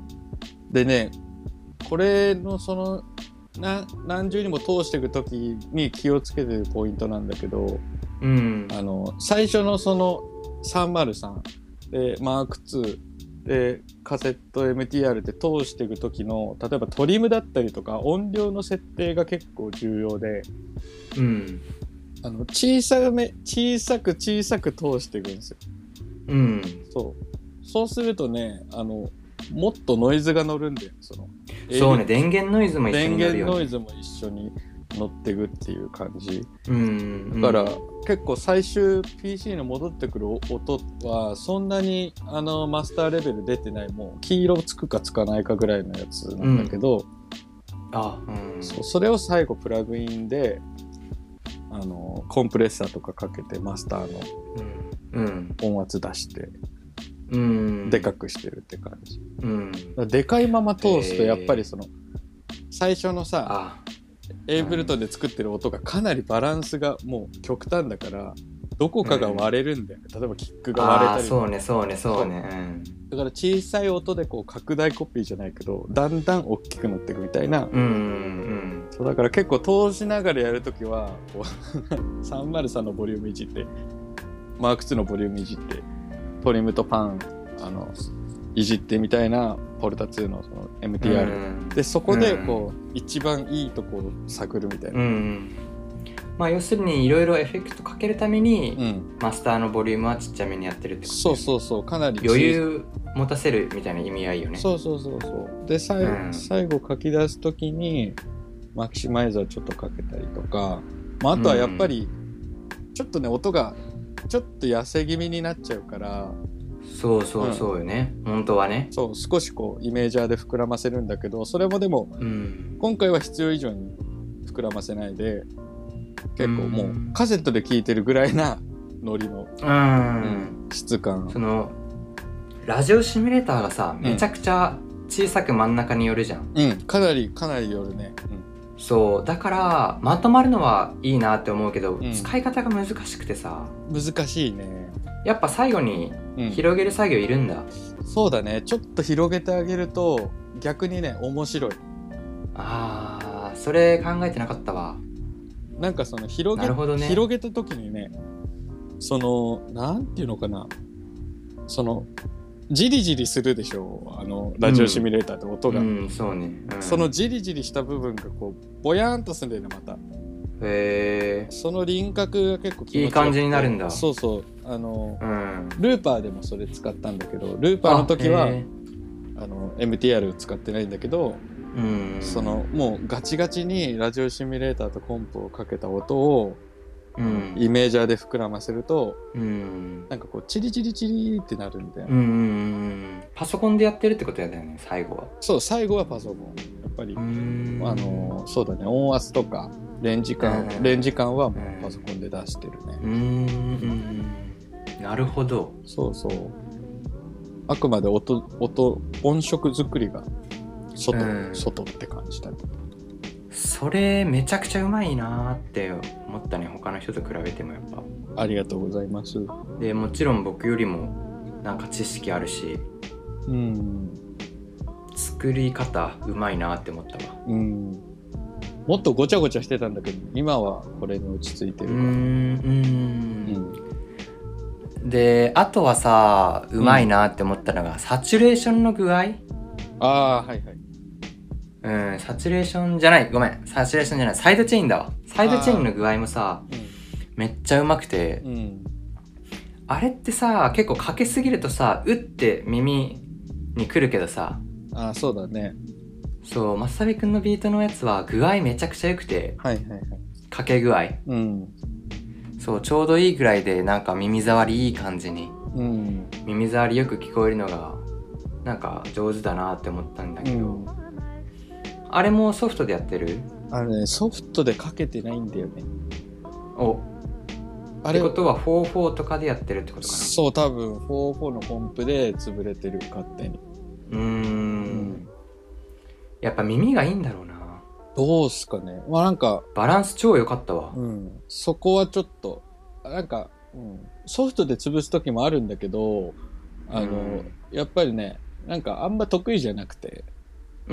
でね、これのその、な何重にも通していくときに気をつけてるポイントなんだけど、 うん、 あの最初のそのさんまるさんでマークツーでカセット エムティーアール で通していくときの例えばトリムだったりとか音量の設定が結構重要で、 うん、 あの小さめ小さく小さく通していくんですよ。 うん、 そうそうするとねあのもっとノイズが乗るんだよ。そのそうね、電源ノイズも一緒に乗るよね。 電源ノイズも一緒に乗ってくっていう感じ。 うん、 だから、うん、結構最終 ピーシー に戻ってくる音はそんなにあのマスターレベル出てない、もう黄色つくかつかないかぐらいのやつなんだけど、うん、 あ、うん、 そう、それを最後プラグインであのコンプレッサーとかかけてマスターの音圧出して、うん、でかくしてるって感じ、うん、だでかいまま通すとやっぱりその最初のさエイブルトンで作ってる音がかなりバランスがもう極端だからどこかが割れるんだよね、うん、例えばキックが割れたり、 あ、そうねそうねそうね、うん、 だから小さい音でこう拡大コピーじゃないけどだんだん大きくなっていくみたいな、うんうんうん、そうだから結構通しながらやるときはこうさんまるさんのボリュームいじってマークツーのボリュームいじってトリムとパンあのいじってみたいなポルタツーのその エムティーアール、うん、でそこでこう、うん、一番いいとこを探るみたいな、うん、 まあ要するにいろいろエフェクトかけるために、うん、マスターのボリュームはちっちゃめにやってるってこと、ね、 そうそうそう、かなり余裕持たせるみたいな意味合いよね。 そうそうそうそうでさい、うん、最後書き出すときにマキシマイザーちょっとかけたりとか、まあ、あとはやっぱりちょっとね音がちょっと痩せ気味になっちゃうからそうそうそうよね、うん、本当はね。 そう少しこうイメージャーで膨らませるんだけどそれもでも、うん、今回は必要以上に膨らませないで結構もうカセットで聴いてるぐらいなノリの、うんうん、質感。 そのラジオシミュレーターがさめちゃくちゃ小さく真ん中に寄るじゃん。 うん、かなりかなり寄るね、 うん、そうだからまとまるのはいいなって思うけど、うん、使い方が難しくてさ。 難しいね。 やっぱ最後に広げる作業いるんだ、 うん、そうだね。ちょっと広げてあげると逆にね面白い。 あーそれ考えてなかったわ。 なんかその広げ、ね、広げた時にねそのなんていうのかなそのジリジリするでしょあのラジオシミュレーターって音が、 うんうん、そうね、うん、 そのジリジリした部分がこうボヤーンとするんだよねまた。 へーその輪郭が結構気持ちよくていい感じになるんだ。 そうそうあの、うん、ルーパーでもそれ使ったんだけどルーパーの時は あ, あの エムティーアール 使ってないんだけど、うん、そのもうガチガチにラジオシミュレーターとコンプをかけた音を、うん、イメージャーで膨らませると、うん、なんかこうチリチリチリってなるんだよね、うん、 パソコンでやってるってことやだよね最後は。 そう最後はパソコンやっぱりあのそうだね音圧とかレンジ感、うん、レンジ感はもうパソコンで出してるね。 うーんなるほど。 そうそうあくまで音音音色作りが外、うん、外って感じだね。 それめちゃくちゃうまいなって思ったね他の人と比べても。やっぱありがとうございます。 でもちろん僕よりもなんか知識あるし、うん、作り方うまいなって思ったわ。うんもっとごちゃごちゃしてたんだけど今はこれに落ち着いてるから。うんうんであとはさうまいなって思ったのが、うん、サチュレーションの具合。 ああはいはいうんサチュレーションじゃないごめんサチュレーションじゃないサイドチェーンだわ。サイドチェーンの具合もさ、うん、めっちゃうまくて、うん、あれってさ結構かけすぎるとさうって耳に来るけどさ。 あそうだね。 そうまさびくんのビートのやつは具合めちゃくちゃ良くて、はいはいはい、かけ具合、うん、そそうちょうどいいぐらいでなんか耳障りいい感じに、 うん、 耳障りよく聞こえるのがなんか上手だなって思ったんだけど、うん、あれもソフトでやってる？ あれね、ソフトでかけてないんだよね。 おあれってことはフォーフォーとかでやってるってことかな。 そう、多分フォーフォーのコンプで潰れてる、勝手に。 うーん、うん、やっぱ耳がいいんだろうな。 どうすかね。まあなんかバランス超良かったわ。 うん、そこはちょっとなんか、うん、ソフトで潰す時もあるんだけど、あの、うん、やっぱりね、なんかあんま得意じゃなくて。 うん、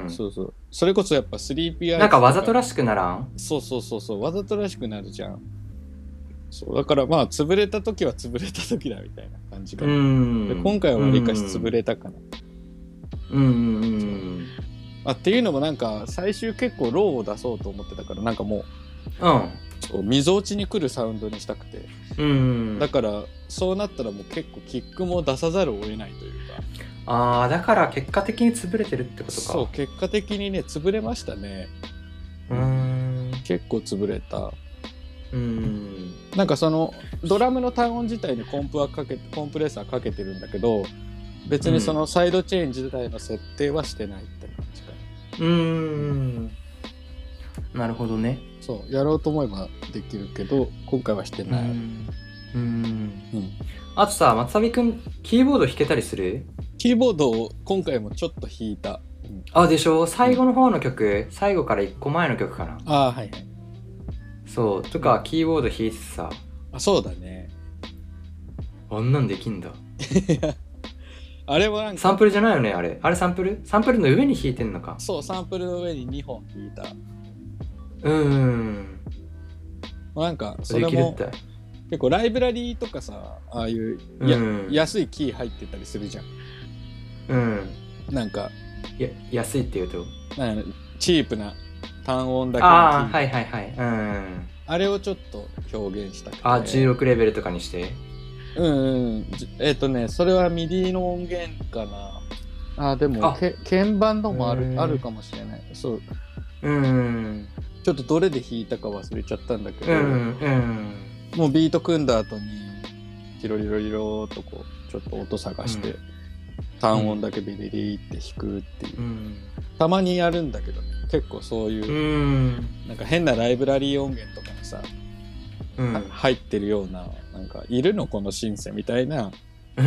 そうそう。それこそやっぱ スリーピーアイなんかわざとらしくならん？ そうそうそうそう、わざとらしくなるじゃん。そうだからまあ潰れた時は潰れた時だみたいな感じかな。うん、で今回はわりかし潰れたかな。 うんうんうん。 あっていうのもなんか最終結構ローを出そうと思ってたから、なんかもう、 うん、 そうみぞおちに来るサウンドにしたくて、 うん、 だからそうなったらもう結構キックも出さざるを得ないというか。 ああ、だから結果的に潰れてるってことか。 そう、結果的にね潰れましたね。 うーん、 結構潰れた。 うーん、 なんかそのドラムの単音自体にコンプはかけコンプレッサーかけてるんだけど、別にそのサイドチェーン自体の設定はしてないって感じかな。 うーん、なるほどね。 そうやろうと思えばできるけど今回はしてない。うん、 うん、うん。あとさ、松旅くんキーボード弾けたりする？ キーボードを今回もちょっと弾いた。 うん、あ、でしょ？最後の方の曲、うん、最後からいっこまえの曲かな。 あ、はいはい。 そうとか、うん、キーボード弾いてさ。 あ、そうだね。 あんなんできんだ。 あれはなんかサンプルじゃないよね、あれ。あれサンプル？サンプルの上に弾いてんのか。 そう、サンプルの上ににほん弾いた。 うーん。 なんかそれも結構ライブラリーとかさ、ああいうや、うん、安いキー入ってたりするじゃん。 うん。 なんかや安いっていうとなんかチープな単音だけのキー。ああ、はいはいはい。うん。 あれをちょっと表現したくて。 あ、じゅうろくレベルとかにして。 うんうん。えっとね、それはミディの音源かな。あ、でもけ鍵盤のもあるあるかもしれない。そう。 うん。 ちょっとどれで弾いたか忘れちゃったんだけど、 うんうん、 もうビート組んだ後にヒロリロリローとこうちょっと音探して、うん、単音だけビリリって弾くっていう、うん、たまにやるんだけどね、結構そういう、うん、なんか変なライブラリー音源とかにさ、うん、入ってるような、なんかいるのこのシンセみたいな、うん、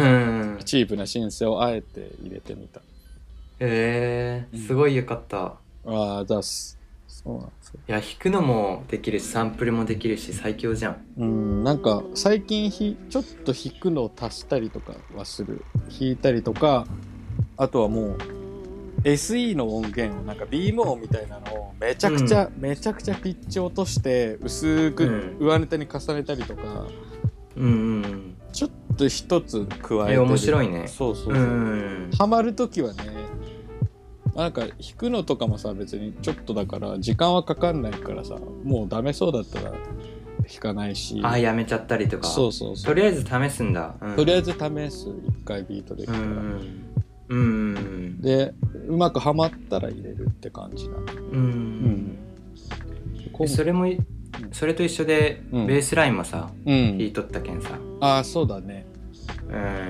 チープなシンセをあえて入れてみた。 へえー、すごいよかった。 うん、ああ、ざっす。そうなんですよ。 いや、弾くのもできるしサンプルもできるし最強じゃん。 うん、なんか最近ひちょっと弾くのを足したりとかはする。弾いたりとか、あとはもう エスイー の音源をなんかビーム音みたいなのをめちゃくちゃ、うん、めちゃくちゃピッチ落として薄く上ネタに重ねたりとか、うんうん、ちょっと一つ加えてる。 え、面白いね。 そうそうそう。うん、ハマるときはね、なんか弾くのとかもさ、別にちょっとだから時間はかかんないからさ、もうダメそうだったら弾かないし、 あ、やめちゃったりとか。 そうそうそう、 とりあえず試すんだ、うん、 とりあえず試す。一回ビートできたら、うんうん、でうまくハマったら入れるって感じなの。うんうん、それもそれと一緒で、うん、ベースラインもさ、うん、弾いとったけんさ。 ああ、そうだね、うん、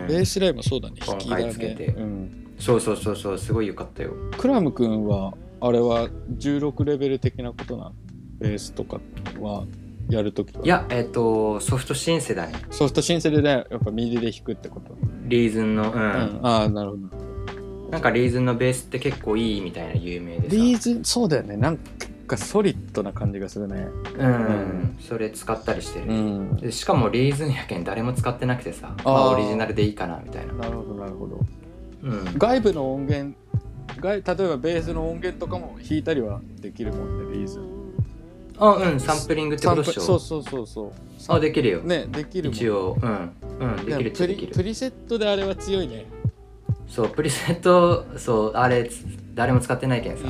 ベースラインもそうだね、弾きだね。 今回つけて、うん、そうそうそうそう、すごい良かったよ。 クラム君はあれはじゅうろくレベル的なことなの？ベースとかはやるときは。 いや、えっ、ー、とソフトシンセだね。 ソフトシンセでね、やっぱミディで弾くってこと？ リーズンの、うん、うん、 ああ、なるほど。 なんかリーズンのベースって結構いいみたいな有名でさ。 リーズン、そうだよね、なんかソリッドな感じがするね。 うん、うん、それ使ったりしてる、うん、でしかもリーズンやけん誰も使ってなくてさ、まあオリジナルでいいかなみたいな。 なるほどなるほど。うん、外部の音源、外例えばベースの音源とかも弾いたりはできるもんね、リーズン。 あ、うん、サンプリングってことでしょ。 そうそうそうそう。 あ、できるよ。 ね、できるもん。 一応、うん、うん、できるっちゃできる。 プリセットであれは強いね。 そう、プリセット、そう、あれ誰も使ってないけんさ。うん、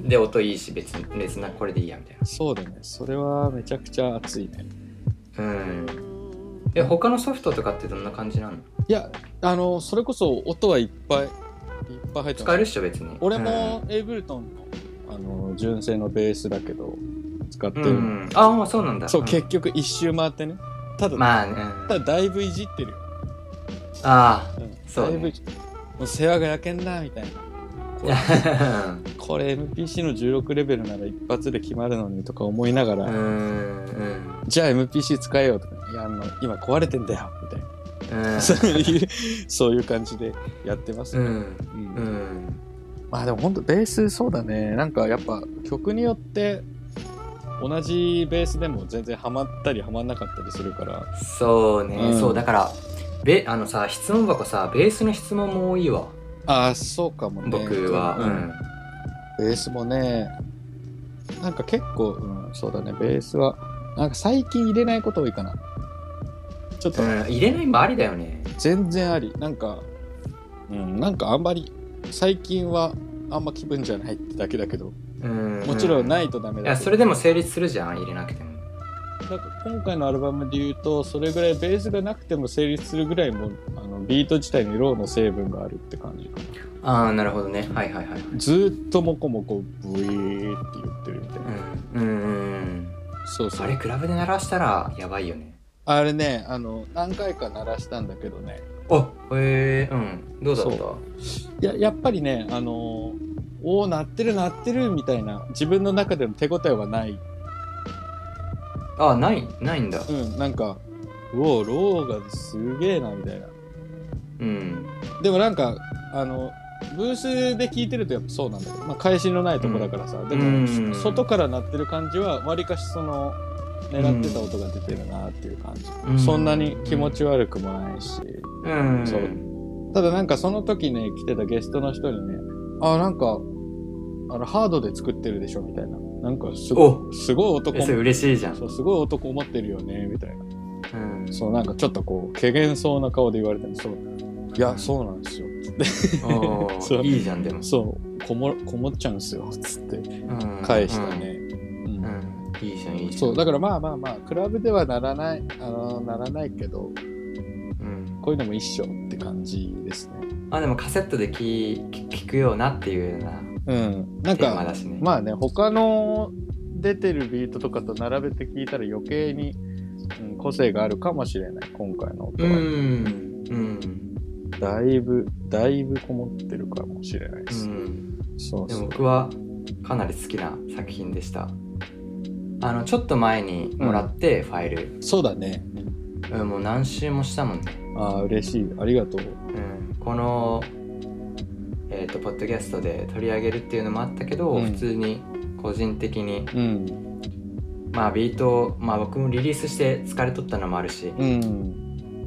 で、音いいし、別に別なこれでいいやみたいな。 そうだね、それはめちゃくちゃ熱いね。 うん。え、他のソフトとかってどんな感じなの？ いや、あのそれこそ音はいっぱいいっぱい入ってます。 使えるっしょ別に。 俺もエイブルトンの、あの純正のベースだけど、 使ってるの、うん、 ああそうなんだ。 そう、うん、結局一周回ってね。ただ、 まあね、 ただだいぶいじってるよ。 ああ、うん、そう、ね、 だいぶもう世話が焼けんなみたいな。これ, これ エムピーシー のじゅうろくレベルなら一発で決まるのにとか思いながら、うん、うん、じゃあ エムピーシー 使えよとか、いやあの今壊れてんだよみたいな、うん、そういうそういう感じでやってますね。うんうん、まあでも本当ベースそうだね。なんかやっぱ曲によって同じベースでも全然ハマったりハマんなかったりするから。 そうね、うん、そうだからベあのさ質問箱さベースの質問も多いわ。 ああそうかもね。 僕は、うん、 ベースもねなんか結構、うん、そうだねベースはなんか最近入れないこと多いかな。ちょっと、うん、 入れないもありだよね。 全然あり。なんかうんなんかあんまり最近はあんま気分じゃないってだけだけど、うん、もちろんないとダメだけど、 いやそれでも成立するじゃん入れなくても。 なんか今回のアルバムで言うとそれぐらいベースがなくても成立するぐらいもあのビート自体にローの成分があるって感じかな。ああなるほどね。はいはいはい。 ずっとモコモコブイーって言ってるみたいな。うんうんうん。そうそう。 あれクラブで鳴らしたらやばいよね。 あれねあの何回か鳴らしたんだけどね。 あへえうんどうだった？ いややっぱりねあのおお鳴ってる鳴ってるみたいな自分の中での手応えはない。 あないないんだ。 うんなんかうおローがすげえなみたいな。うんでもなんかあのブースで聴いてるとやっぱそうなんだけど、まあ、返しのないとこだからさ、うん、でも外から鳴ってる感じはわりかしその狙ってた音が出てるなっていう感じ、うん、そんなに気持ち悪くもないし、うん、そうただなんかその時ね来てたゲストの人にねあなんかあのハードで作ってるでしょみたいななんかすごいすごい男それ嬉しいじゃん。 そうすごい男思ってるよねみたいな、うん、そうなんかちょっとこう怪げそうな顔で言われてもそういやそうなんですよそういいじゃん。でもそうこもこもっちゃうんですよつって返したね。うんうんうん、いいじゃんいいじゃん。 そうだからまあまあまあクラブではならないあのならないけど、うん、こういうのも一緒って感じですね。 あでもカセットで聴くようなっていうようなうんなんかテーマだしね。 まあね他の出てるビートとかと並べて聴いたら余計に、うん、個性があるかもしれない今回の音は。うん、うん、だいぶだいぶこもってるかもしれないです、うん、そうそう。 でも僕はかなり好きな作品でした。あのちょっと前にもらって、うん、ファイルそうだね、 うん、もう何周もしたもんね。 ああ嬉しいありがとう、 うん、このえっ、ー、とポッドキャストで取り上げるっていうのもあったけど、うん、普通に個人的に、うん、まあビートまあ僕もリリースして疲れとったのもあるし、うん、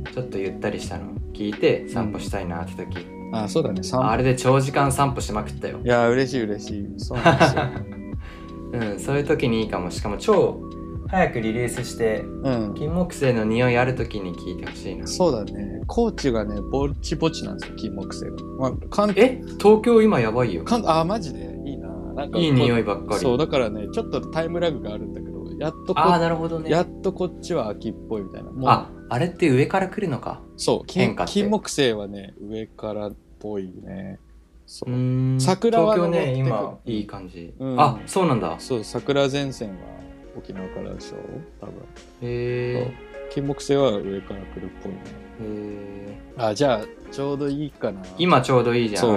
ちょっとゆったりしたの聞いて散歩したいなって時、 うん、あそうだね散歩あれで長時間散歩しまくったよ。 いや嬉しい嬉しいそうなんですようんそういう時にいいかも。しかも超早くリリースして、うん、金木犀の匂いある時に聞いてほしいな。 そうだね高知がねぼちぼちなんですよ金木犀が、まあ、関え東京今やばいよ。 あマジでいいな。なんかいい匂いばっかり。 そうだからねちょっとタイムラグがあるんだけどやっとこあなるほどねやっとこっちは秋っぽいみたいな。もうああれって上から来るのか。 そう金木犀はね上からっぽいね。そうう桜は東京ね今いい感じ、うん、あそうなんだ。 そう桜前線は沖縄からでしょ多分。 へえ金木犀は上から来るっぽいね。へえあじゃあちょうどいいかな。 今ちょうどいいじゃん。 そう、 うん、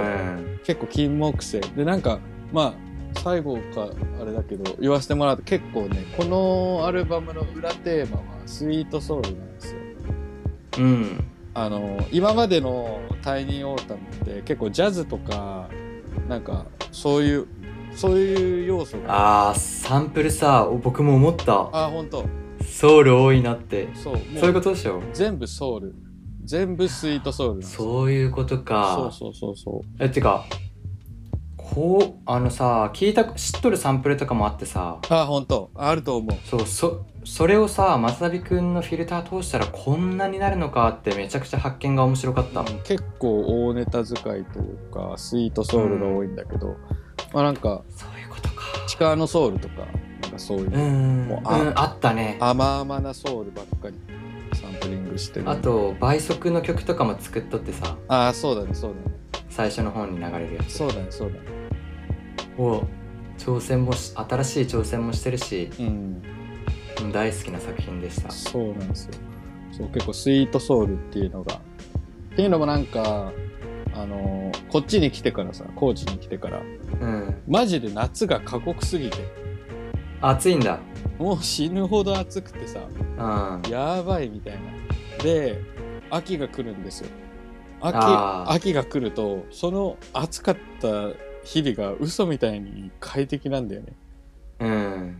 結構金木犀でなんかまあ最後かあれだけど言わせてもらうと結構ねこのアルバムの裏テーマはスイートソウルなんですよ。うんあの今までのタイニーオータムって結構ジャズとかなんかそういうそういう要素があーサンプルさ僕も思った。 あ本当ソウル多いなって。 そうそういうことでしょ。 全部ソウル全部スイートソウルなんです。 そういうことか。 そうそうそうそうえってかこうあのさ聞いた知っとるサンプルとかもあってさあ本当あると思う。 そうそそれをさ松旅くんのフィルター通したらこんなになるのかってめちゃくちゃ発見が面白かった、うん、 結構大ネタ使いというかスイートソウルが多いんだけど、うん、まあなんかそういうことか。 チカのソウルとかなんかそういうのうんもう あ,、うん、あったね。 甘々なソウルばっかりサンプリングしてる。 あと倍速の曲とかも作っとってさあそうだねそうだね最初の方に流れるやつ。 そうだねそうだねお挑戦もし新しい挑戦もしてるし、 うん、 大好きな作品でした。 そうなんですよ。そう結構スイートソウルっていうのがっていうのもなんかあのー、こっちに来てからさ高知に来てから、 うん、 マジで夏が過酷すぎて暑いんだ。 もう死ぬほど暑くてさ、 うん、 やばいみたいな。で秋が来るんですよ。秋秋が来るとその暑かった日々が嘘みたいに快適なんだよね。 うん、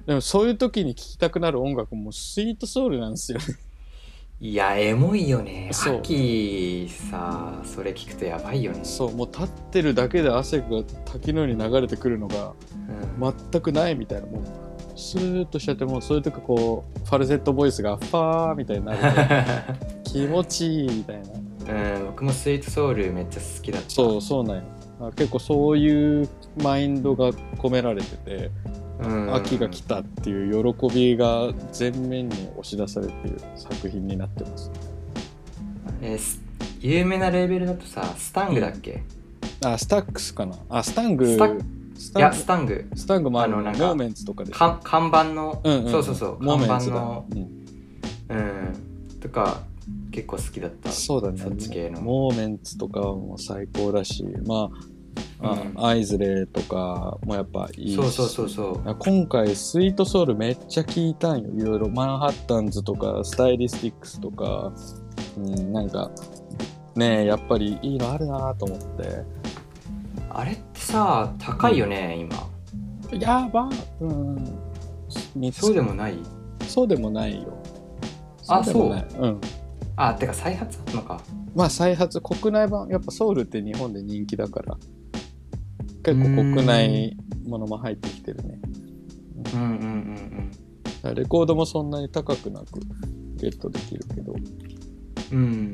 でもそういう時に聴きたくなる音楽もスイートソウルなんですよね。 いやエモいよね。秋さそれ聞くとやばいよね。 そうもう立ってるだけで汗が滝のように流れてくるのが全くないみたいな、もうスーッとしちゃって、もうそういう時こうファルセットボイスがファーみたいになる気持ちいいみたいな。 うん、僕もスイートソウルめっちゃ好きだった。 そうそうなんよ。結構そういうマインドが込められてて、うん、秋が来たっていう喜びが前面に押し出されている作品になってます。 えー、有名なレーベルだとさ、スタングだっけ？ うん、あ、スタックスかな。あ、スタング。 スタスタングいや、スタング。 スタングもあるの。モーメンツとかで。 か看板の、うんうん、そうそうそう、 モーメン看ツだ。 板の、うん、うん、とか結構好きだった。 そうだね。 そっち系の。 モーメンツとかも最高だし、まあ。うん、アイズレとかもやっぱいいし、 そうそうそうそう今回スイートソウルめっちゃ聞いたんよ。いろいろマンハッタンズとかスタイリスティックスとか、うん、なんかねやっぱりいいのあるなと思って。 あれってさ高いよね、 うん、今。やば、うん、 そうでもない？ そうでもないよ。 あ、そう。 うん。 あ、てか再発あるのか。 まあ再発国内版やっぱソウルって日本で人気だから。結構国内ものも入ってきてるね。 うんうんうんうん。レコードもそんなに高くなくゲットできるけど、 うん。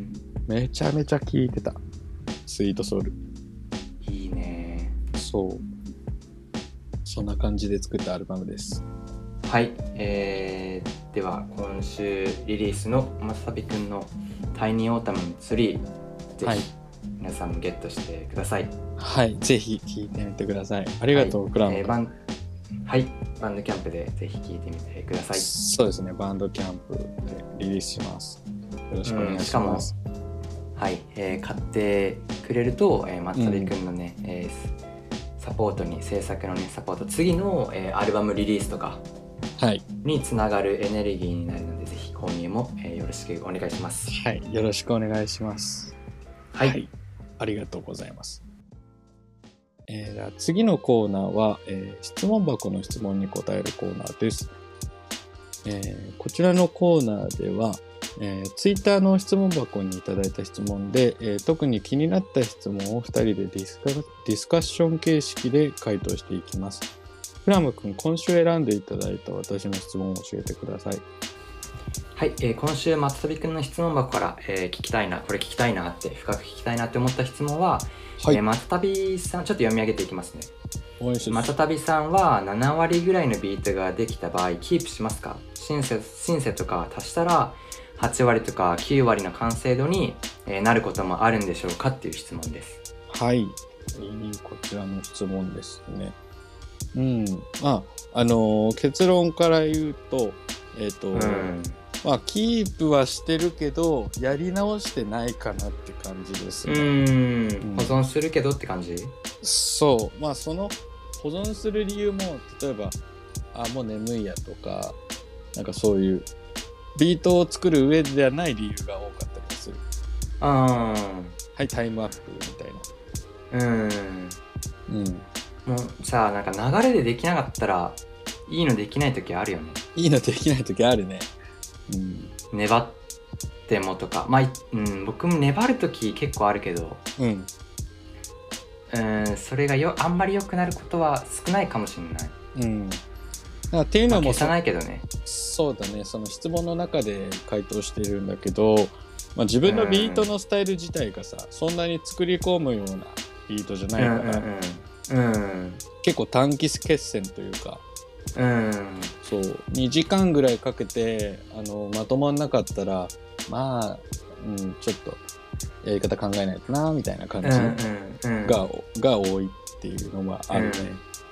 めちゃめちゃ聴いてた。スイートソウル。 いいね。 そう。そんな感じで作ったアルバムです。 はい。えー、では今週リリースのまさびくんのタイニーオータムスリー、ぜひ、はい、皆さんもゲットしてください。 はい、ぜひ聴いてみてください。ありがとう、はい、クラウン、 えー、バンはい、バンドキャンプでぜひ聴いてみてください。 そうですね、バンドキャンプでリリースします。よろしくお願いします。 うん、しかも、はい、えー、買ってくれると、えー、松旅くんのね、うんえー、サポートに、制作のね、サポート、次の、えー、アルバムリリースとかにつながるエネルギーになるので、ぜひ購入も、えー、よろしくお願いします。 はい、よろしくお願いします。 はい、はい、 ありがとうございます。えー、次のコーナーは、えー、質問箱の質問に答えるコーナーです。えー、こちらのコーナーでは、えー、ツイッターの質問箱にいただいた質問で、えー、特に気になった質問をふたりでディスカ、ディスカッション形式で回答していきます。クラム君、今週選んでいただいた私の質問を教えてください。 はい、えー、今週松旅くんの質問箱から、えー、聞きたいな、これ聞きたいなって、深く聞きたいなって思った質問は、はい、えー、松旅さん、ちょっと読み上げていきますね。松旅さんはななわりぐらいのビートができた場合キープしますか？シンセ、シンセとか足したらはちわりとかきゅうわりの完成度になることもあるんでしょうかっていう質問です。 はい、こちらの質問ですね。うん、まああのー、結論から言うと、えっと、うん、まあキープはしてるけどやり直してないかなって感じですね。 うーん、保存するけどって感じ？ そう、まあその保存する理由も例えばあもう眠いやとかなんかそういうビートを作る上ではない理由が多かったりする。 あはい、タイムアップみたいな。 うんうんもうさなんか流れでできなかったらいいのできない時あるよね。 いいのできない時あるね。うん、 粘ってもとかまあ、うん、僕も粘る時結構あるけど、 うんうんそれがよあんまり良くなることは少ないかもしれない。 うんだっていうのも、 まあ、消さないけどね。 そうだね、その質問の中で回答してるんだけど、まあ、自分のビートのスタイル自体がさ、うん、そんなに作り込むようなビートじゃないから、 うんうんうん、結構短期決戦というか、 うん、 そうにじかんぐらいかけてあのまとまんなかったらまあ、うん、ちょっとやり方考えないとなみたいな感じが、うんうんうん、が多いっていうのがあるね、うん、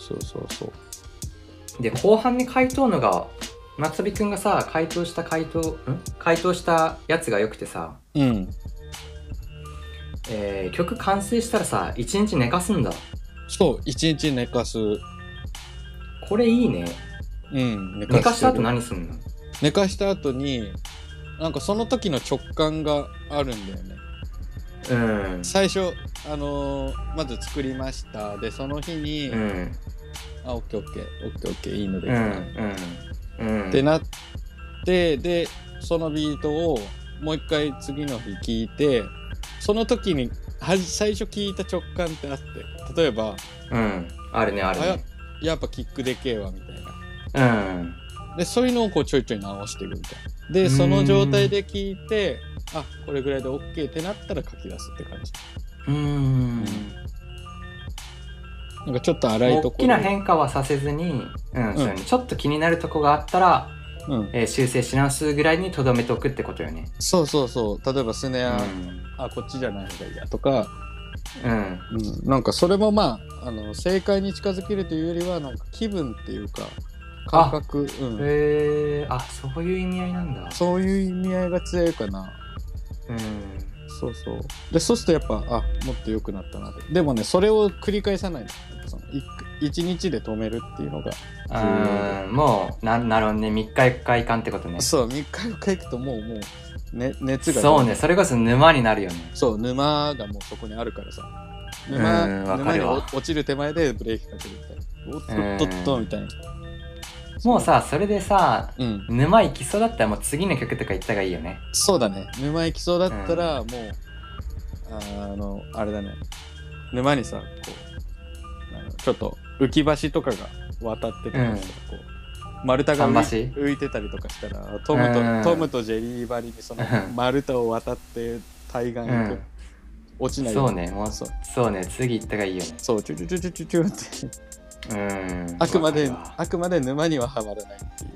そうそうそうで後半に回答のが松飛くんがさ回答した回答ん回答したやつがよくてさ、 うん、 えー、曲完成したらさいちにち寝かすんだ。 そういちにち寝かす。 これいいね。 うん、 寝か, 寝かした後何すんの？ 寝かした後になんかその時の直感があるんだよね。うん、最初あのー、まず作りましたでその日に、うん、あオッケーオッケーオッケーオッケーいいのできた、うんうん、ってなってでそのビートをもう一回次の日聞いてその時には最初聞いた直感ってあって例えば、 うん、あるねあるねや, やっぱキックでけえわみたいな、うん、でそういうのをこうちょいちょい直していくみたいなでその状態で聞いてあこれぐらいで OK ってなったら書き出すって感じ。うーん、うん、なんかちょっと荒いところ大きな変化はさせずに、うんうん、そうね、ちょっと気になるとこがあったら、うんえー、修正し直すぐらいにとどめておくってことよね。 そうそうそう例えばスネア、うん、あこっちじゃない方がいいやとか、うんうん、なんかそれもまあ、あの正解に近づけるというよりはなんか気分っていうか感覚、うん、 へーあそういう意味合いなんだ。 そういう意味合いが強いかな。うん、そうそうでそうするとやっぱあもっと良くなったなって。でもねそれを繰り返さないの。その一日で止めるっていうのがうんもう な, なるほどねみっかよっかいかんってことね。 そうみっかよっかいくともうもう、ね、熱がそうねそれこそ沼になるよね。 そう沼がもうそこにあるからさ 沼, 沼に落ちる手前でブレーキかけるみたいなおっとっとっとみたいな。 もうさそれでさ、うん、沼行きそうだったらもう次の曲とか行った方がいいよね。 そうだね沼行きそうだったら、うん、もう あ, のあれだね沼にさこうあのちょっと浮き橋とかが渡ってたり、うん、こう丸太が 浮, 浮いてたりとかしたらトム と,、うん、トムとジェリー張りにその丸太を渡って対岸行く、うん、落ちないように。そうねもうそうそうね次行った方がいいよね。 そうチュチュチュチュチュチュってうんあくまであくまで沼にははまらないっていう。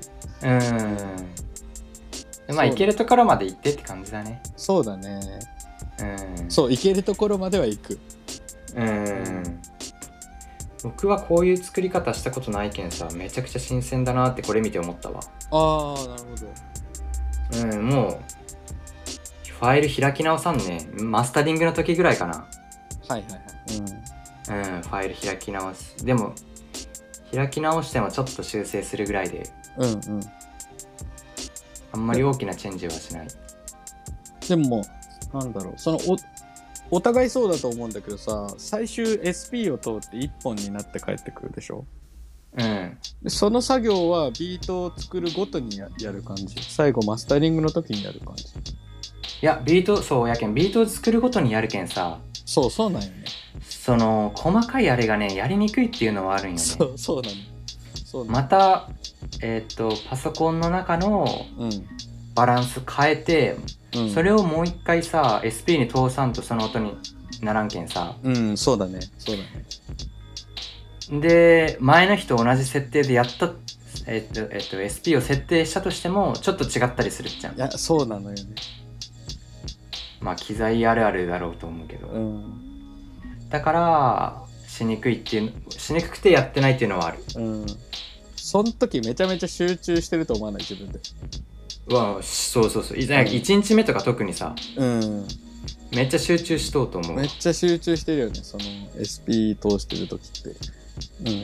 うんまあ行けるところまで行ってって感じだね。 そうだね。うんそう行けるところまでは行く。 うん僕はこういう作り方したことないけんさめちゃくちゃ新鮮だなってこれ見て思ったわ。 ああなるほど。うんもうファイル開き直さんねマスタリングの時ぐらいかな。 はいはいはいうん、うん、ファイル開き直すでも開き直してもちょっと修正するぐらいで、うんうん、あんまり大きなチェンジはしない。 でもなんだろうその お, お互いそうだと思うんだけどさ最終 エスピー を通っていっぽんになって帰ってくるでしょ。うん、でその作業はビートを作るごとに や, やる感じ最後マスタリングの時にやる感じ。 いやビートそうやけんビートを作るごとにやるけんさそうそうなんよね。 その細かいあれがねやりにくいっていうのはあるんよね。 そうそうなの。そうなの。 またえっ、ー、とパソコンの中のバランス変えて、うん、それをもう一回さ エスピー に通さんとその音にならんけんさ。 うんそうだねそうだね。で前の日と同じ設定でやったえっ、ー、とえっ、ー、と エスピー を設定したとしてもちょっと違ったりするじゃん。 いやそうなのよね。 まあ機材あるあるだろうと思うけど。うんだからしにくいっていうしにくくてやってないっていうのはある。うん。 その時めちゃめちゃ集中してると思わない自分で。 うわそうそうそう。いちにちめとか特にさ。うん。めっちゃ集中しとうと思う。 めっちゃ集中してるよねその エスピー 通してる時って。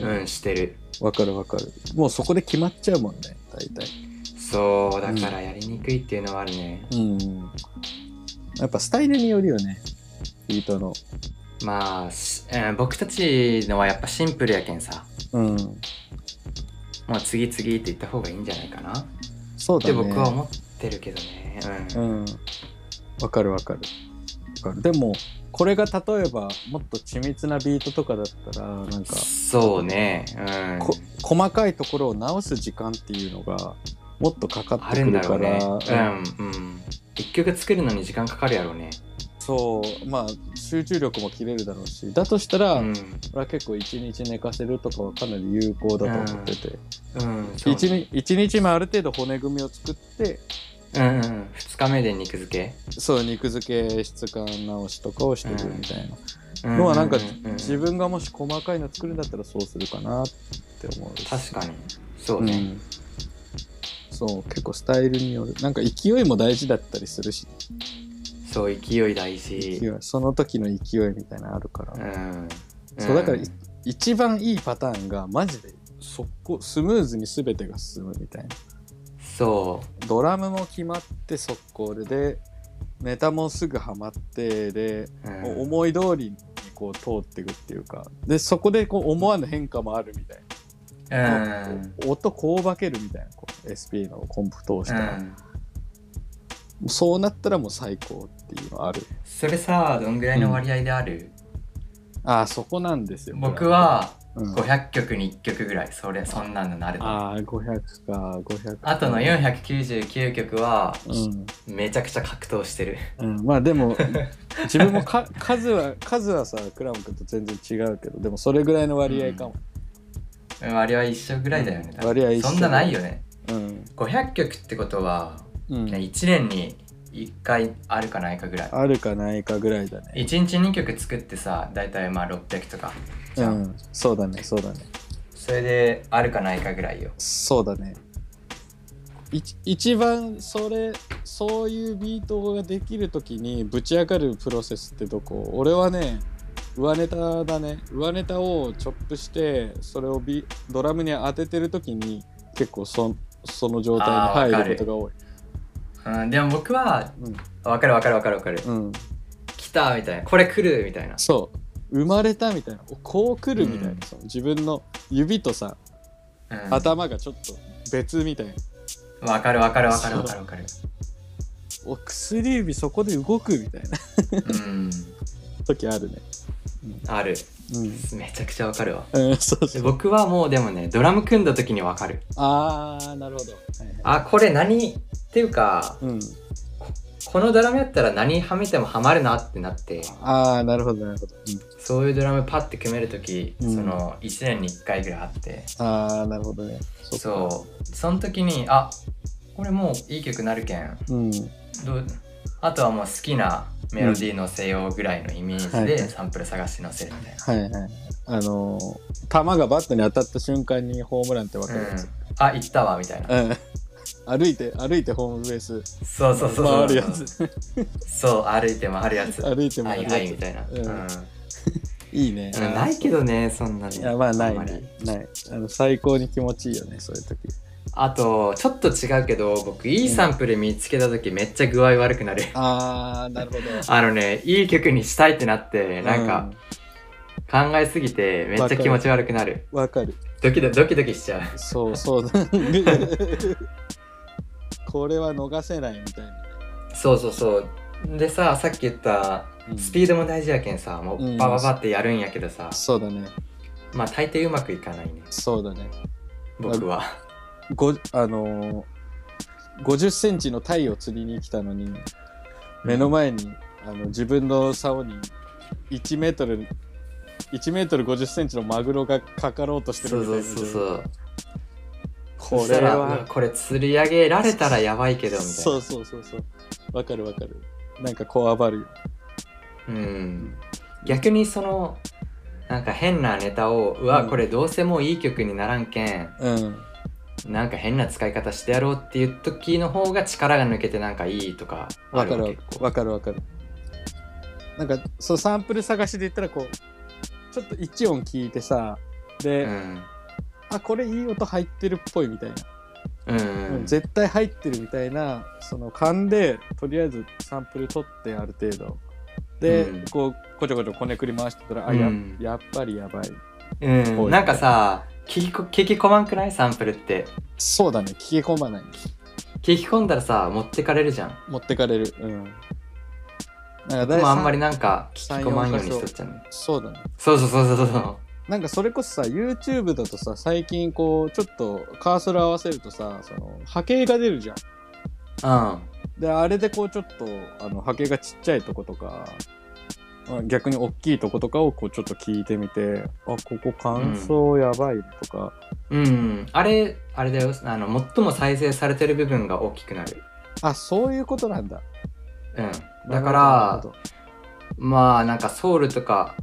うん、うん、してる。 わかるわかる。もうそこで決まっちゃうもんね大体。 そうだからやりにくいっていうのはあるね。うん。うん、 やっぱスタイルによるよねビートの。 まあ、えー、僕たちのはやっぱシンプルやけんさ、うん、もう次々って言った方がいいんじゃないかな。 そうだねって僕は思ってるけどね。うん、うん、 わかるわかるわかる。でもこれが例えばもっと緻密なビートとかだったらなんかそうね、うん、 こ細かいところを直す時間っていうのがもっとかかってくるから、ね、 うんうん、一曲作るのに時間かかるやろうね。 そうまあ集中力も切れるだろうしだとしたら、うん、俺は結構いちにち寝かせるとかはかなり有効だと思ってて、うんうん、いち, いちにちもある程度骨組みを作って、 うんうん、ふつかめで肉付けそう肉付け質感直しとかをしてるみたいな、 のはなんか、自分がもし細かいの作るんだったらそうするかなって思う。 確かにそうね、うん、 そう結構スタイルによる、なんか勢いも大事だったりするし、 そう勢い大事、 勢いその時の勢いみたいなのあるから、うん、そうだから、うん、一番いいパターンがマジでそこスムーズに全てが進むみたいな。 そうドラムも決まって速攻ででネタもすぐハマってで、うん、思い通りにこう通っていくっていうか、でそこでこう思わぬ変化もあるみたいな、うん、音こう化けるみたいな、こう エスピー のコンプ通したら、うん、そうなったらもう最高っていうのある。 それさどんぐらいの割合である？ うん、ああそこなんですよ。 僕はごひゃくきょくにいっきょくぐらい、それそんなのなるの。 ああごひゃくかごひゃく。 あとのよんひゃくきゅうじゅうきゅうきょくは、うん、めちゃくちゃ格闘してる。 うん、まあでも自分もか数は数はさクラム君と全然違うけど、でもそれぐらいの割合かも。 うん、割合一緒ぐらいだよね。 うん、割合一緒。 そんなないよね。 うん、 ごひゃくきょくってことは、うん、いちねんにいっかいあるかないかぐらい。 あるかないかぐらいだね。 いちにちにきょく作ってさ、だいたいまあろっぴゃくとか。 うん、そうだねそうだね。 それであるかないかぐらいよ。 そうだね。い一番それそういうビートができるときにぶち上がるプロセスってどこ？俺はね上ネタだね。上ネタをチョップしてそれをビドラムに当ててるときに結構 そ, その状態に入ることが多い。 うん、でも僕は、うん、分かる分かる分かる分かる、うん、来たみたいな、これ来るみたいな、 そう生まれたみたいな、こう来るみたいな、うん、その自分の指とさ、うん、頭がちょっと別みたいな。分かる分かる分かる分かる分かる。 お薬指そこで動くみたいな、うん、時あるね、 うん、ある、うん、めちゃくちゃ分かるわ、 うん、そうそう。 僕はもうでもねドラム組んだ時に分かる。 あーなるほど、はいはい、 あこれ何っていうか、うん、このドラムやったら何はめてもハマるなってなって、 ああなるほどなるほど、うん、 そういうドラムパッて組めるとき、うん、そのいちねんにいっかいぐらいあって、 ああなるほどね。 そ, そうその時にあこれもういい曲なるけん、うん、どうあとはもう好きなメロディー乗せようぐらいのイメージでサンプル探して乗せるみたいな、 はいはい、あのー、球がバットに当たった瞬間にホームランって分かるやつ、うん、 あ行ったわみたいな、うん歩いて歩いてホームベースそうそうそう回るやつそう歩いて回るやつ歩いて回るやつ、 はいはい、みたいな、うんうん、 いいね。 ないけどねそんなに。いやまあないねないあの最高に気持ちいいよねそういう時。 あとちょっと違うけど僕いいサンプル見つけた時めっちゃ具合悪くなる、うん、 あーなるほど。 あのねいい曲にしたいってなってなんか、うん、考えすぎてめっちゃ気持ち悪くなる。 わかるドキドキドキドキしちゃう。 そうそうこれは逃せないみたいな。 そうそうそうでささっき言ったスピードも大事やけんさ、うん、もうバババってやるんやけどさ、うん、 そうだね。 まあ大抵うまくいかないね。 そうだね僕はごあのー、ごじゅっセンチのタイを釣りに来たのに目の前に、うん、あの自分の竿にいちメートルいちメートルごじゅっセンチのマグロがかかろうとしてるみたいな。そうそうそうこれはこれ釣り上げられたらやばいけどみたいな。 そうそうそうそうわかるわかる。なんかこわばるよ。 うん逆にそのなんか変なネタをうわ、うん、これどうせもういい曲にならんけん、うん、なんか変な使い方してやろうっていう時の方が力が抜けてなんかいいとかあるわ。 わかるわかるわかる。なんかそうサンプル探しで言ったらこうちょっと一音聞いてさで、うん、あこれいい音入ってるっぽいみたいな、うんうん、絶対入ってるみたいなその勘でとりあえずサンプル取ってある程度で、うん、こうこちょこちょこねくり回してたら、うん、あ や, やっぱりやばい、 うん、なんかさ聞き, 聞き込まんくないサンプルって。 そうだね聞き込まない。 聞き込んだらさ持ってかれるじゃん。 持ってかれる。うんなんかでもあんまりなんか聞き込まんようにしとっちゃうね。 そうだね。 そうそうそうそうそう。 なんかそれこそさ YouTube だとさ最近こうちょっとカーソル合わせるとさその波形が出るじゃん。うんであれでこうちょっとあの波形がちっちゃいとことか逆に大きいとことかをこうちょっと聞いてみてあここ感想やばいとか、 うん、うん、あれあれだよあの最も再生されてる部分が大きくなる。 あそういうことなんだ。 うんだからまあなんかソウルとか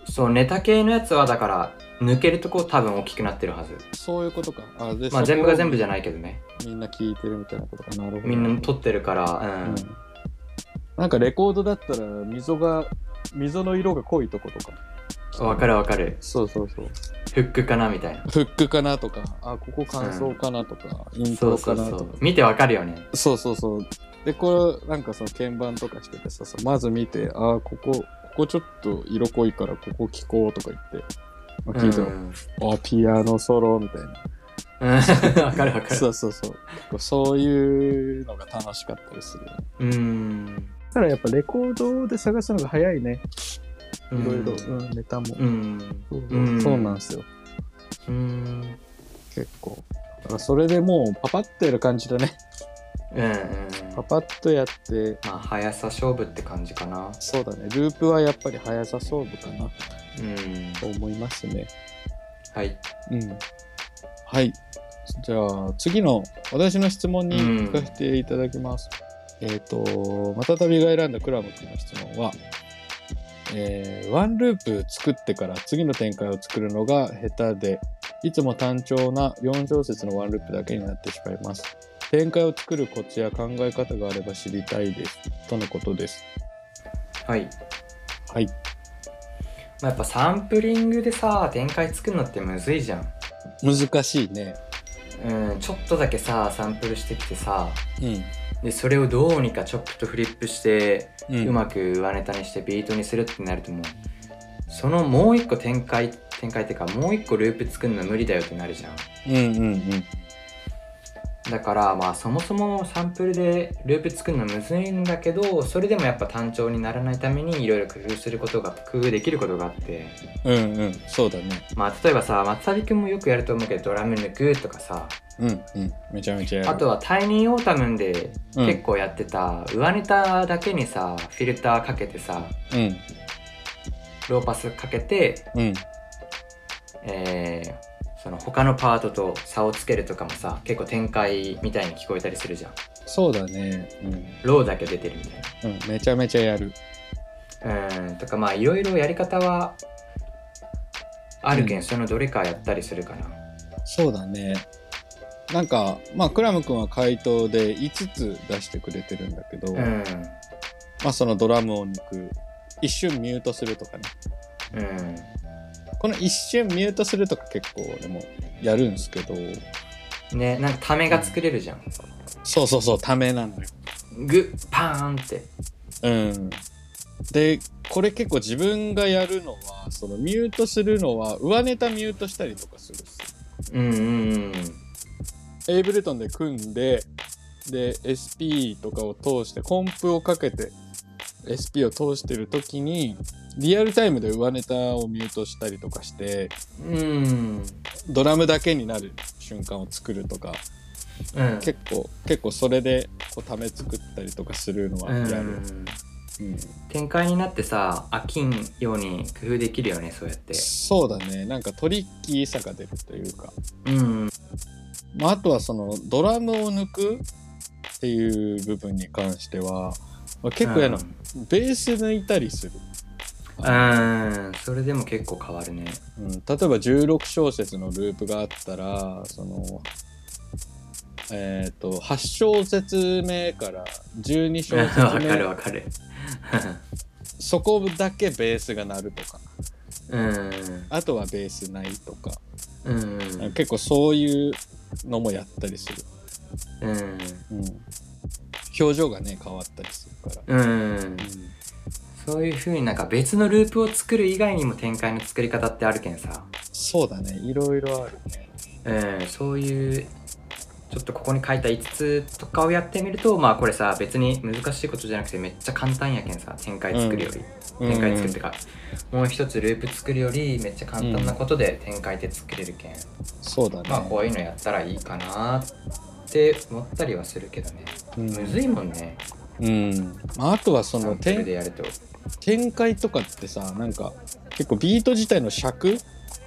そうネタ系のやつはだから抜けるとこ多分大きくなってるはず。 そういうことか。あでまあ全部が全部じゃないけどね。 みんな聞いてるみたいなことか。なるほど。 みんな撮ってるから、うん。うん、 なんかレコードだったら溝が溝の色が濃いとことか。 わかるわかる。 そうそうそう。 フックかなみたいな。 フックかなとか、あここ感想かなとか、うん、イントロかなとか。そうそうそう見てわかるよね。 そうそうそう。でこれなんかその鍵盤とかしててさ、まず見て、あここここちょっと色濃いからここ聞こうとか言って、まあ、聞いたら、うん、あピアノソロみたいな。 わかるわかる。 そうそうそう。そういうのが楽しかったりする。 うん。 だからやっぱレコードで探すのが早いね。いろいろ、うん、ネタも、うん、そうそう、うん、そうなんですよ。うん、結構。だからそれでもうパパッとやる感じだね。うん、うん、パパッとやって、 まあ速さ勝負って感じかな。 そうだね。ループはやっぱり速さ勝負かな。うん、と思いますね。 はい。 うん。はい。じゃあ次の私の質問に聞かせていただきます。うん、えっ、ー、とまたたびが選んだクラム君の質問は。えー、ワンループ作ってから次の展開を作るのが下手で、いつも単調なよん小節のワンループだけになってしまいます。展開を作るコツや考え方があれば知りたいです。とのことです。 はい。 はい。 まあ、やっぱサンプリングでさ、展開作るのってむずいじゃん。 難しいね。 うん、ちょっとだけさ、サンプルしてきてさ、 うん。 でそれをどうにかチョップとフリップして、うん、うまく上ネタにしてビートにするってなるともうそのもう一個展開展開っていうかもう一個ループ作るの無理だよってなるじゃん。 うんうんうん。 だからまあそもそもサンプルでループ作るのむずいんだけど、それでもやっぱ単調にならないためにいろいろ工夫することが工夫できることがあって。 うんうん、そうだね。 まあ例えばさ、松旅くんもよくやると思うけどドラム抜くとかさ。 うんうん、めちゃめちゃやる。 あとはタイニーオータムで結構やってた、うん、上ネタだけにさフィルターかけてさ、うん、ローパスかけて、うん、えー、その他のパートと差をつけるとかもさ結構展開みたいに聞こえたりするじゃん。 そうだね、うん、 ローだけ出てるみたいな、うん、めちゃめちゃやる。 うんとかまあいろいろやり方はあるけん、うん、そのどれかやったりするかな。 そうだね。なんかまあクラム君は回答でいつつ出してくれてるんだけど、うん、まあそのドラムを抜く、一瞬ミュートするとかね、うん、この一瞬ミュートするとか結構でもやるんですけどね、なんかためが作れるじゃん、うん、 そうそうそう、ためなのよ。 グッパーンって。 うんでこれ結構自分がやるのはそのミュートするのは上ネタミュートしたりとかするっす。うんうんうんエイブルトンで組んで、で エスピー とかを通してコンプをかけて エスピー を通してる時にリアルタイムで上ネタをミュートしたりとかして、うん、ドラムだけになる瞬間を作るとか、うん、結構結構それでこうため作ったりとかするのはやる。うんうん、展開になってさ飽きんように工夫できるよね、そうやって。 そうだね、なんかトリッキーさが出るというか、うんまあ、あとはそのドラムを抜くっていう部分に関しては、まあ、結構やの、うん、ベース抜いたりする。 うんそれでも結構変わるね、 うん、例えばじゅうろく小節のループがあったらそのえっ、ー、とはち小節目からじゅうに小節目わかるわかるそこだけベースが鳴るとか、うんあとはベースないとか、うん、結構そういうのもやったりする、うんうん、表情がね変わったりするから、うんうん、 そういう風になんか別のループを作る以外にも展開の作り方ってあるけんさ。 そうだね、いろいろあるね、うん、そういうちょっとここに書いたいつつとかをやってみると、まあこれさ別に難しいことじゃなくてめっちゃ簡単やけんさ、展開作るより、うん、展開作るってか、うん、もう一つループ作るよりめっちゃ簡単なことで展開で作れるけん、うん、 そうだね、 まあこういうのやったらいいかなって思ったりはするけどね、うん、むずいもんね。 うん、まあ、あとはその展でやると展開とかってさ、なんか結構ビート自体の尺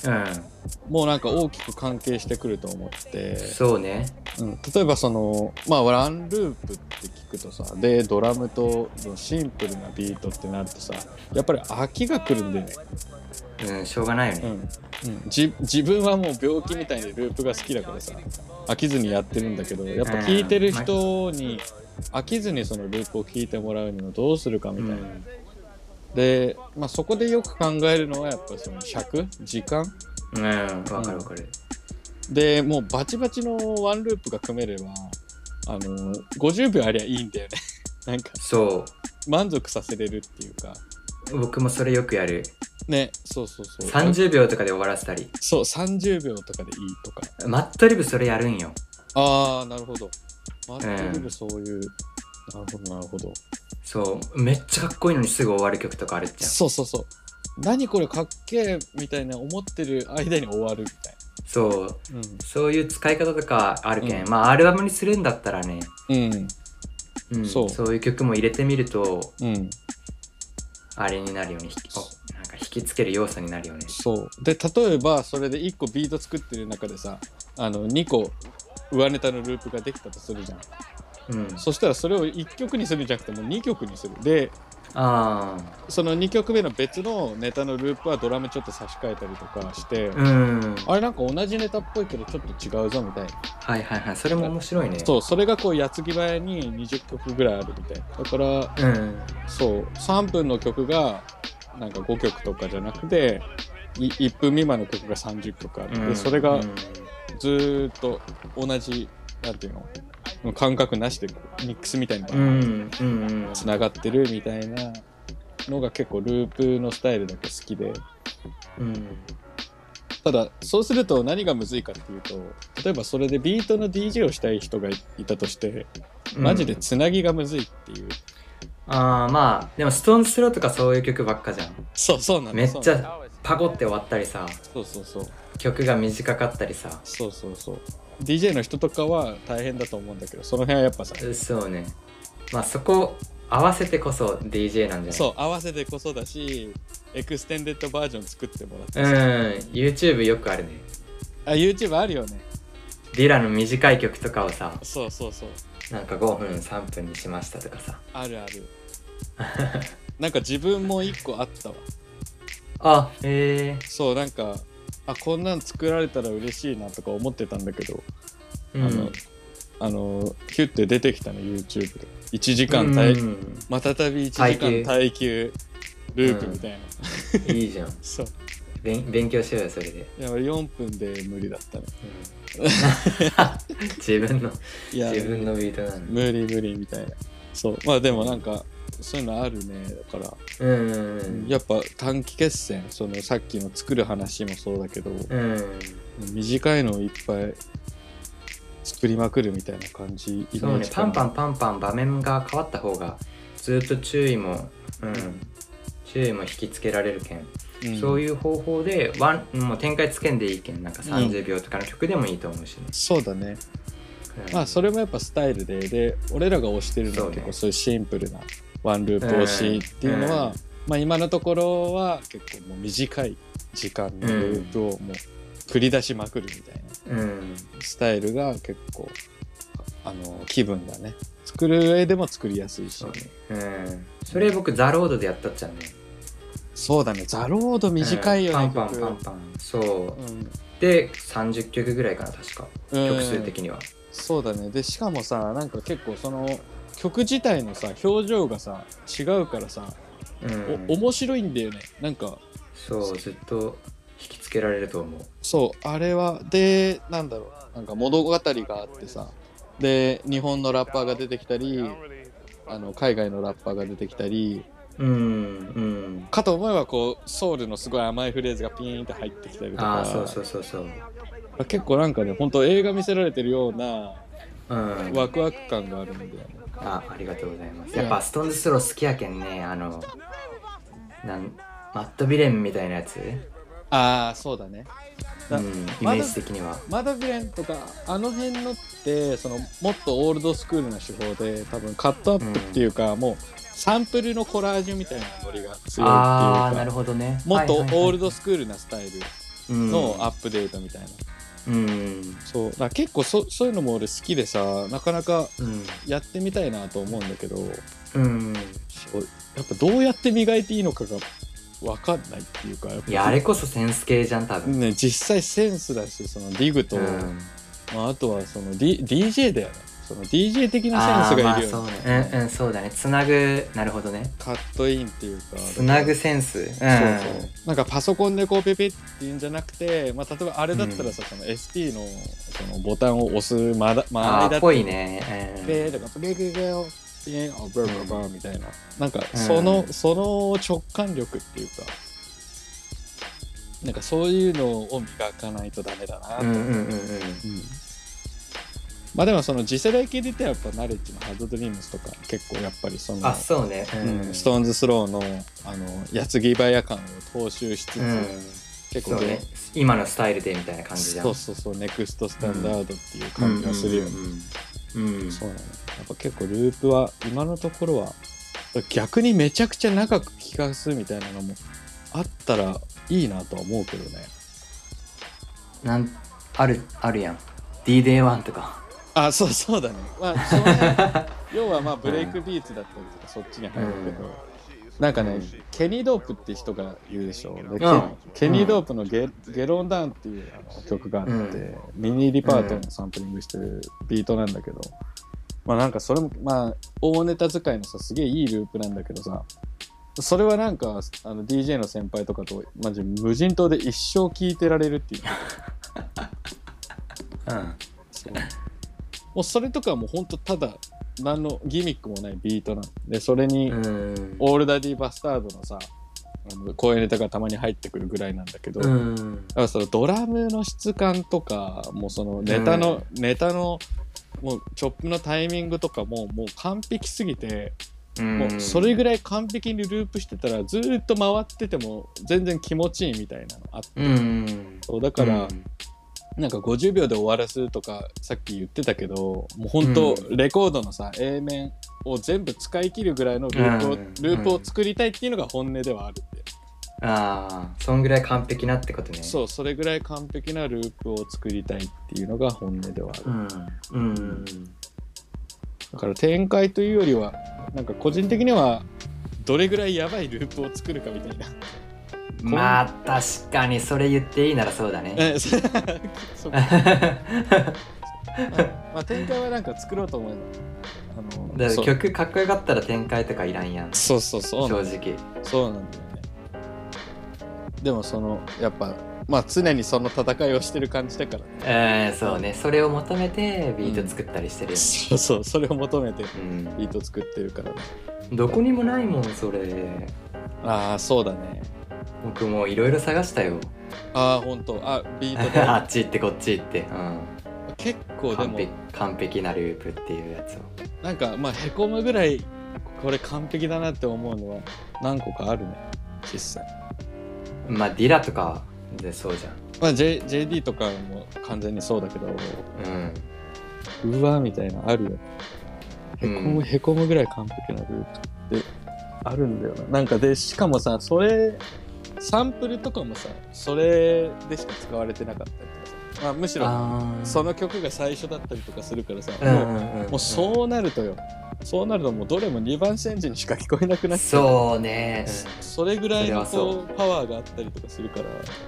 もうなんか大きく関係してくると思って。 そうね、 うん、例えばそのまあワンループって聞くとさ、でドラムとシンプルなビートってなるとさ、やっぱり飽きが来るんだよね。 うん、しょうがないよね、うんうん、じ自分はもう病気みたいにループが好きだからさ、飽きずにやってるんだけど、やっぱ聞いてる人に飽きずにそのループを聞いてもらうにはどうするかみたいな、うん、で、まあ、そこでよく考えるのはやっぱその尺時間、 うん、わかるわかる、 うん、でもうバチバチのワンループが組めればあのごじゅうびょうありゃいいんだよねなんかそう満足させれるっていうか。 僕もそれよくやるね。そうそうそう、 さんじゅうびょうとかで終わらせたり。 そうさんじゅうびょうとかでいいとか。 マットリブそれやるんよ。 ああなるほど、マットリブそういう、うん、なるほどなるほど。 そうめっちゃかっこいいのにすぐ終わる曲とかあるじゃん。 そうそうそう、何これかっけえみたいな思ってる間に終わるみたいな。 そう、うん、そういう使い方とかあるけん、うん、まあアルバムにするんだったらね、うんうん、そう、そういう曲も入れてみると、うん、あれになるようになんか引きつける要素になるよね。 そうで、例えばそれでいっこビート作ってる中でさ、あのにこ上ネタのループができたとするじゃん、うん、そしたらそれをいっきょくにするんじゃなくてもにきょくにする。であそのにきょくめの別のネタのループはドラムちょっと差し替えたりとかして、うん、あれなんか同じネタっぽいけどちょっと違うぞみたいな。 はいはいはい、それも面白いね。 そう、それがこう矢継ぎ早ににじゅっきょくぐらいあるみたいな。だから、うん、そうさんぷんの曲がなんかごきょくとかじゃなくていいっぷん未満の曲がさんじゅっきょくある、うん、でそれがずーっと同じなんていうの感覚なしでミックスみたいなのがつながってるみたいなのが結構ループのスタイルだけ好きで、うん、ただそうすると何がむずいかっていうと、例えばそれでビートの ディージェー をしたい人がいたとしてマジでつなぎがむずいっていう、うん、 あーまあでもストーンスローとかそういう曲ばっかじゃん。 そうそうなんだ、 めっちゃパコって終わったりさ、 そうそうそう、 曲が短かったりさ、 そうそうそう、ディージェー の人とかは大変だと思うんだけど、その辺はやっぱさ、 そうね、まあそこ合わせてこそ ディージェー なんじゃない。 そう合わせてこそだし、エクステンデッドバージョン作ってもらってうん YouTube よくあるね。 あ YouTube あるよね。 ディラの短い曲とかをさ、 そうそうそう、 なんかごふんさんぷんにしましたとかさ、 あるあるなんか自分もいっこあったわ。 あへえ。 そうなんかあこんなん作られたら嬉しいなとか思ってたんだけど、うん、あのあのキュッて出てきたの YouTube でいちじかん耐、うん、またたびいちじかん耐久ループみたいな、 うん、いいじゃんそう勉強しようよそれで。 いやよんぷんで無理だったね、 うん、自分の自分のビートなんで無理無理みたいな。そうまあでもなんかそういうのあるね。だから、うんうんうん、やっぱ短期決戦、そのさっきの作る話もそうだけど、うん、短いのをいっぱい作りまくるみたいな感じ。 そうね、パンパンパンパン場面が変わった方がずっと注意も、うん、注意も引きつけられるけん、うん、そういう方法でワンもう展開つけんでいいけん、なんかさんじゅうびょうとかの曲でもいいと思うしね、うん、 そうだね、うん、まあそれもやっぱスタイルで、で俺らが推してるのは結構そういうシンプルなワンループ推しっていうのは、うんうん、まあ今のところは結構もう短い時間のループをもう繰り出しまくるみたいな、うん、スタイルが結構あの気分がね、作る上でも作りやすいし、ね、 うん、それ僕ザロードでやったっちゃうね。 そうだね、ザロード短いよね、 うん、パンパンパンパン、そう、うん、でさんじゅっきょくぐらいかな確か、曲数的には。 そうだね。でしかもさ、なんか結構その曲自体のさ表情がさ違うからさ、うん、お面白いんだよね。なんかそうずっと引きつけられると思う。 そうあれはでなんだろう、なんか物語があってさ、で日本のラッパーが出てきたり、あの海外のラッパーが出てきたり、うんうん、かと思えばこうソウルのすごい甘いフレーズがピーンって入ってきたりとか、 あそうそうそうそう、 結構なんかね、本当映画見せられてるような、うん、ワクワク感があるんだよね。 あありがとうございます。やっぱストーンズスロー好きやけんね、あのなんマットビレンみたいなやつ。 ああそうだね、 だ、うん、イメージ的にはマダビレンとかあの辺のってそのもっとオールドスクールな手法で多分カットアップっていうか、うん、もうサンプルのコラージュみたいなノリが強いっていうか、 あーなるほどね、 もっとオールドスクールなスタイルのアップデートみたいな、うん、そうだから結構 そ, そういうのも俺好きでさ、なかなかやってみたいなと思うんだけど、うん、そうやっぱどうやって磨いていいのかが分かんないっていうか、やっぱいやあれこそセンス系じゃん多分ね。実際センスだし、そのディグと、うん、まあ、あとはその、D、ディージェー だよね。その ディージェー 的なセンスがいるよね。 あ、まあ、そうね、うんうん、そうだね。つなぐ、なるほどね。 カットインっていうか、 つなぐセンス、うん、そうそう。 なんかパソコンでこうペペっていうんじゃなくて、まあ、例えばあれだったらさ、うん、その エスピー のそのボタンを押すまだ周りだったら、 ぽいね。 うん、ペーとかペペペペをピーン、ブルブルブルみたいな、なんかその、うん、その直感力っていうか。なんかそういうのを磨かないとダメだなと。うんうんうんうん。まあでもその次世代系で言ったらやっぱナレッジのハードドリームスとか結構やっぱりその、 あ、そうね、 うんうん、ストーンズスローのあの矢継ぎ早感を踏襲しつつ、うん、 結構ね、今のスタイルでみたいな感じじゃん。 そうそうそう、ネクストスタンダードっていう感じがするよね。うん、そうなの。やっぱ結構ループは今のところは逆にめちゃくちゃ長く聞かすみたいなのもあったらいいなとは思うけどね。 なんあるあるやん ディーデーワン とか。 あ、そうそうだね。まあその要はまあブレイクビーツだったりとかそっちに入るけど、うん、なんかね、うん、ケニー・ドープって人が言うでしょ。で、うん、ケ, ケニー・ドープのゲ、ゲロンダウンっていうあの曲があって、うん、ミニリパートのサンプリングしてるビートなんだけど、まあなんかそれもまあ大ネタ使いのさ、すげえいいループなんだけどさ、それはなんかあの ディージェー の先輩とかとマジ無人島で一生聴いてられるっていう、うん、そうもうそれとかはもうほんとただ何のギミックもないビートなんで、それにオールダディバスタードのさあの声ネタがたまに入ってくるぐらいなんだけど、だからそのドラムの質感とかもうそのネタのネタのもうチョップのタイミングとかももう完璧すぎて、もうそれぐらい完璧にループしてたらずっと回ってても全然気持ちいいみたいなのあって、うん、そうだから、うん、なんかごじゅうびょうで終わらすとかさっき言ってたけど、もうほんとレコードのさ A 面を全部使い切るぐらいのループを、うん、ループを作りたいっていうのが本音ではあるって。 ああ、そんぐらい完璧なってことね。 そう、それぐらい完璧なループを作りたいっていうのが本音ではある。うん、うん、だから展開というよりはなんか個人的にはどれぐらいやばいループを作るかみたいな。 まあ確かにそれ言っていいならそうだね。そうまあ、まあ展開はなんか作ろうと思うの。 あのだから曲かっこよかったら展開とかいらんやん。 そうそうそう。 正直。 そうなんだよね。でもそのやっぱまあ常にその戦いをしてる感じだからね。 えー、そうね。それを求めてビート作ったりしてるよね、うん、 そうそう、それを求めてビート作ってるからね、 うん、どこにもないもんそれ。 ああ、そうだね。 僕もいろいろ探したよ。 ああ、ほんと。あ、ビートであっち行ってこっち行って、うん、 結構でも完璧、完璧なループっていうやつをなんかまあへこむぐらいこれ完璧だなって思うのは何個かあるね、実際。 まあディラとかでそうじゃん。 まあ J、ジェーディー とかも完全にそうだけど、うん、うわみたいなあるよ。へこむ、うん、へこむぐらい完璧なループってあるんだよな。なんかでしかもさ、それサンプルとかもさそれでしか使われてなかったりとかさ、まあ、むしろその曲が最初だったりとかするからさ、もう、もうそうなるとよ、そうなるともうどれもにばん煎じにしか聞こえなくなっちゃう。 そうね、 うん、それぐらいのこうパワーがあったりとかするから、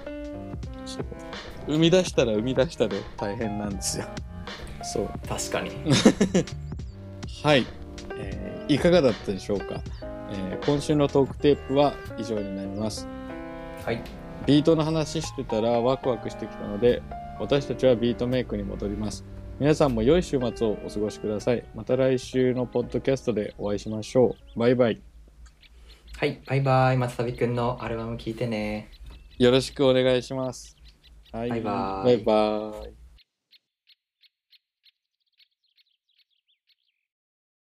生み出したら生み出したで大変なんですよ。そう、 確かにはい、えー、いかがだったでしょうか。えー、今週のトークテープは以上になります。 はい、 ビートの話してたらワクワクしてきたので、私たちはビートメイクに戻ります。皆さんも良い週末をお過ごしください。また来週のポッドキャストでお会いしましょう。バイバイ。 はい、バイバイ。松旅くんのアルバム聴いてね。 よろしくお願いします。はい、 バイバイ。 バイバイ。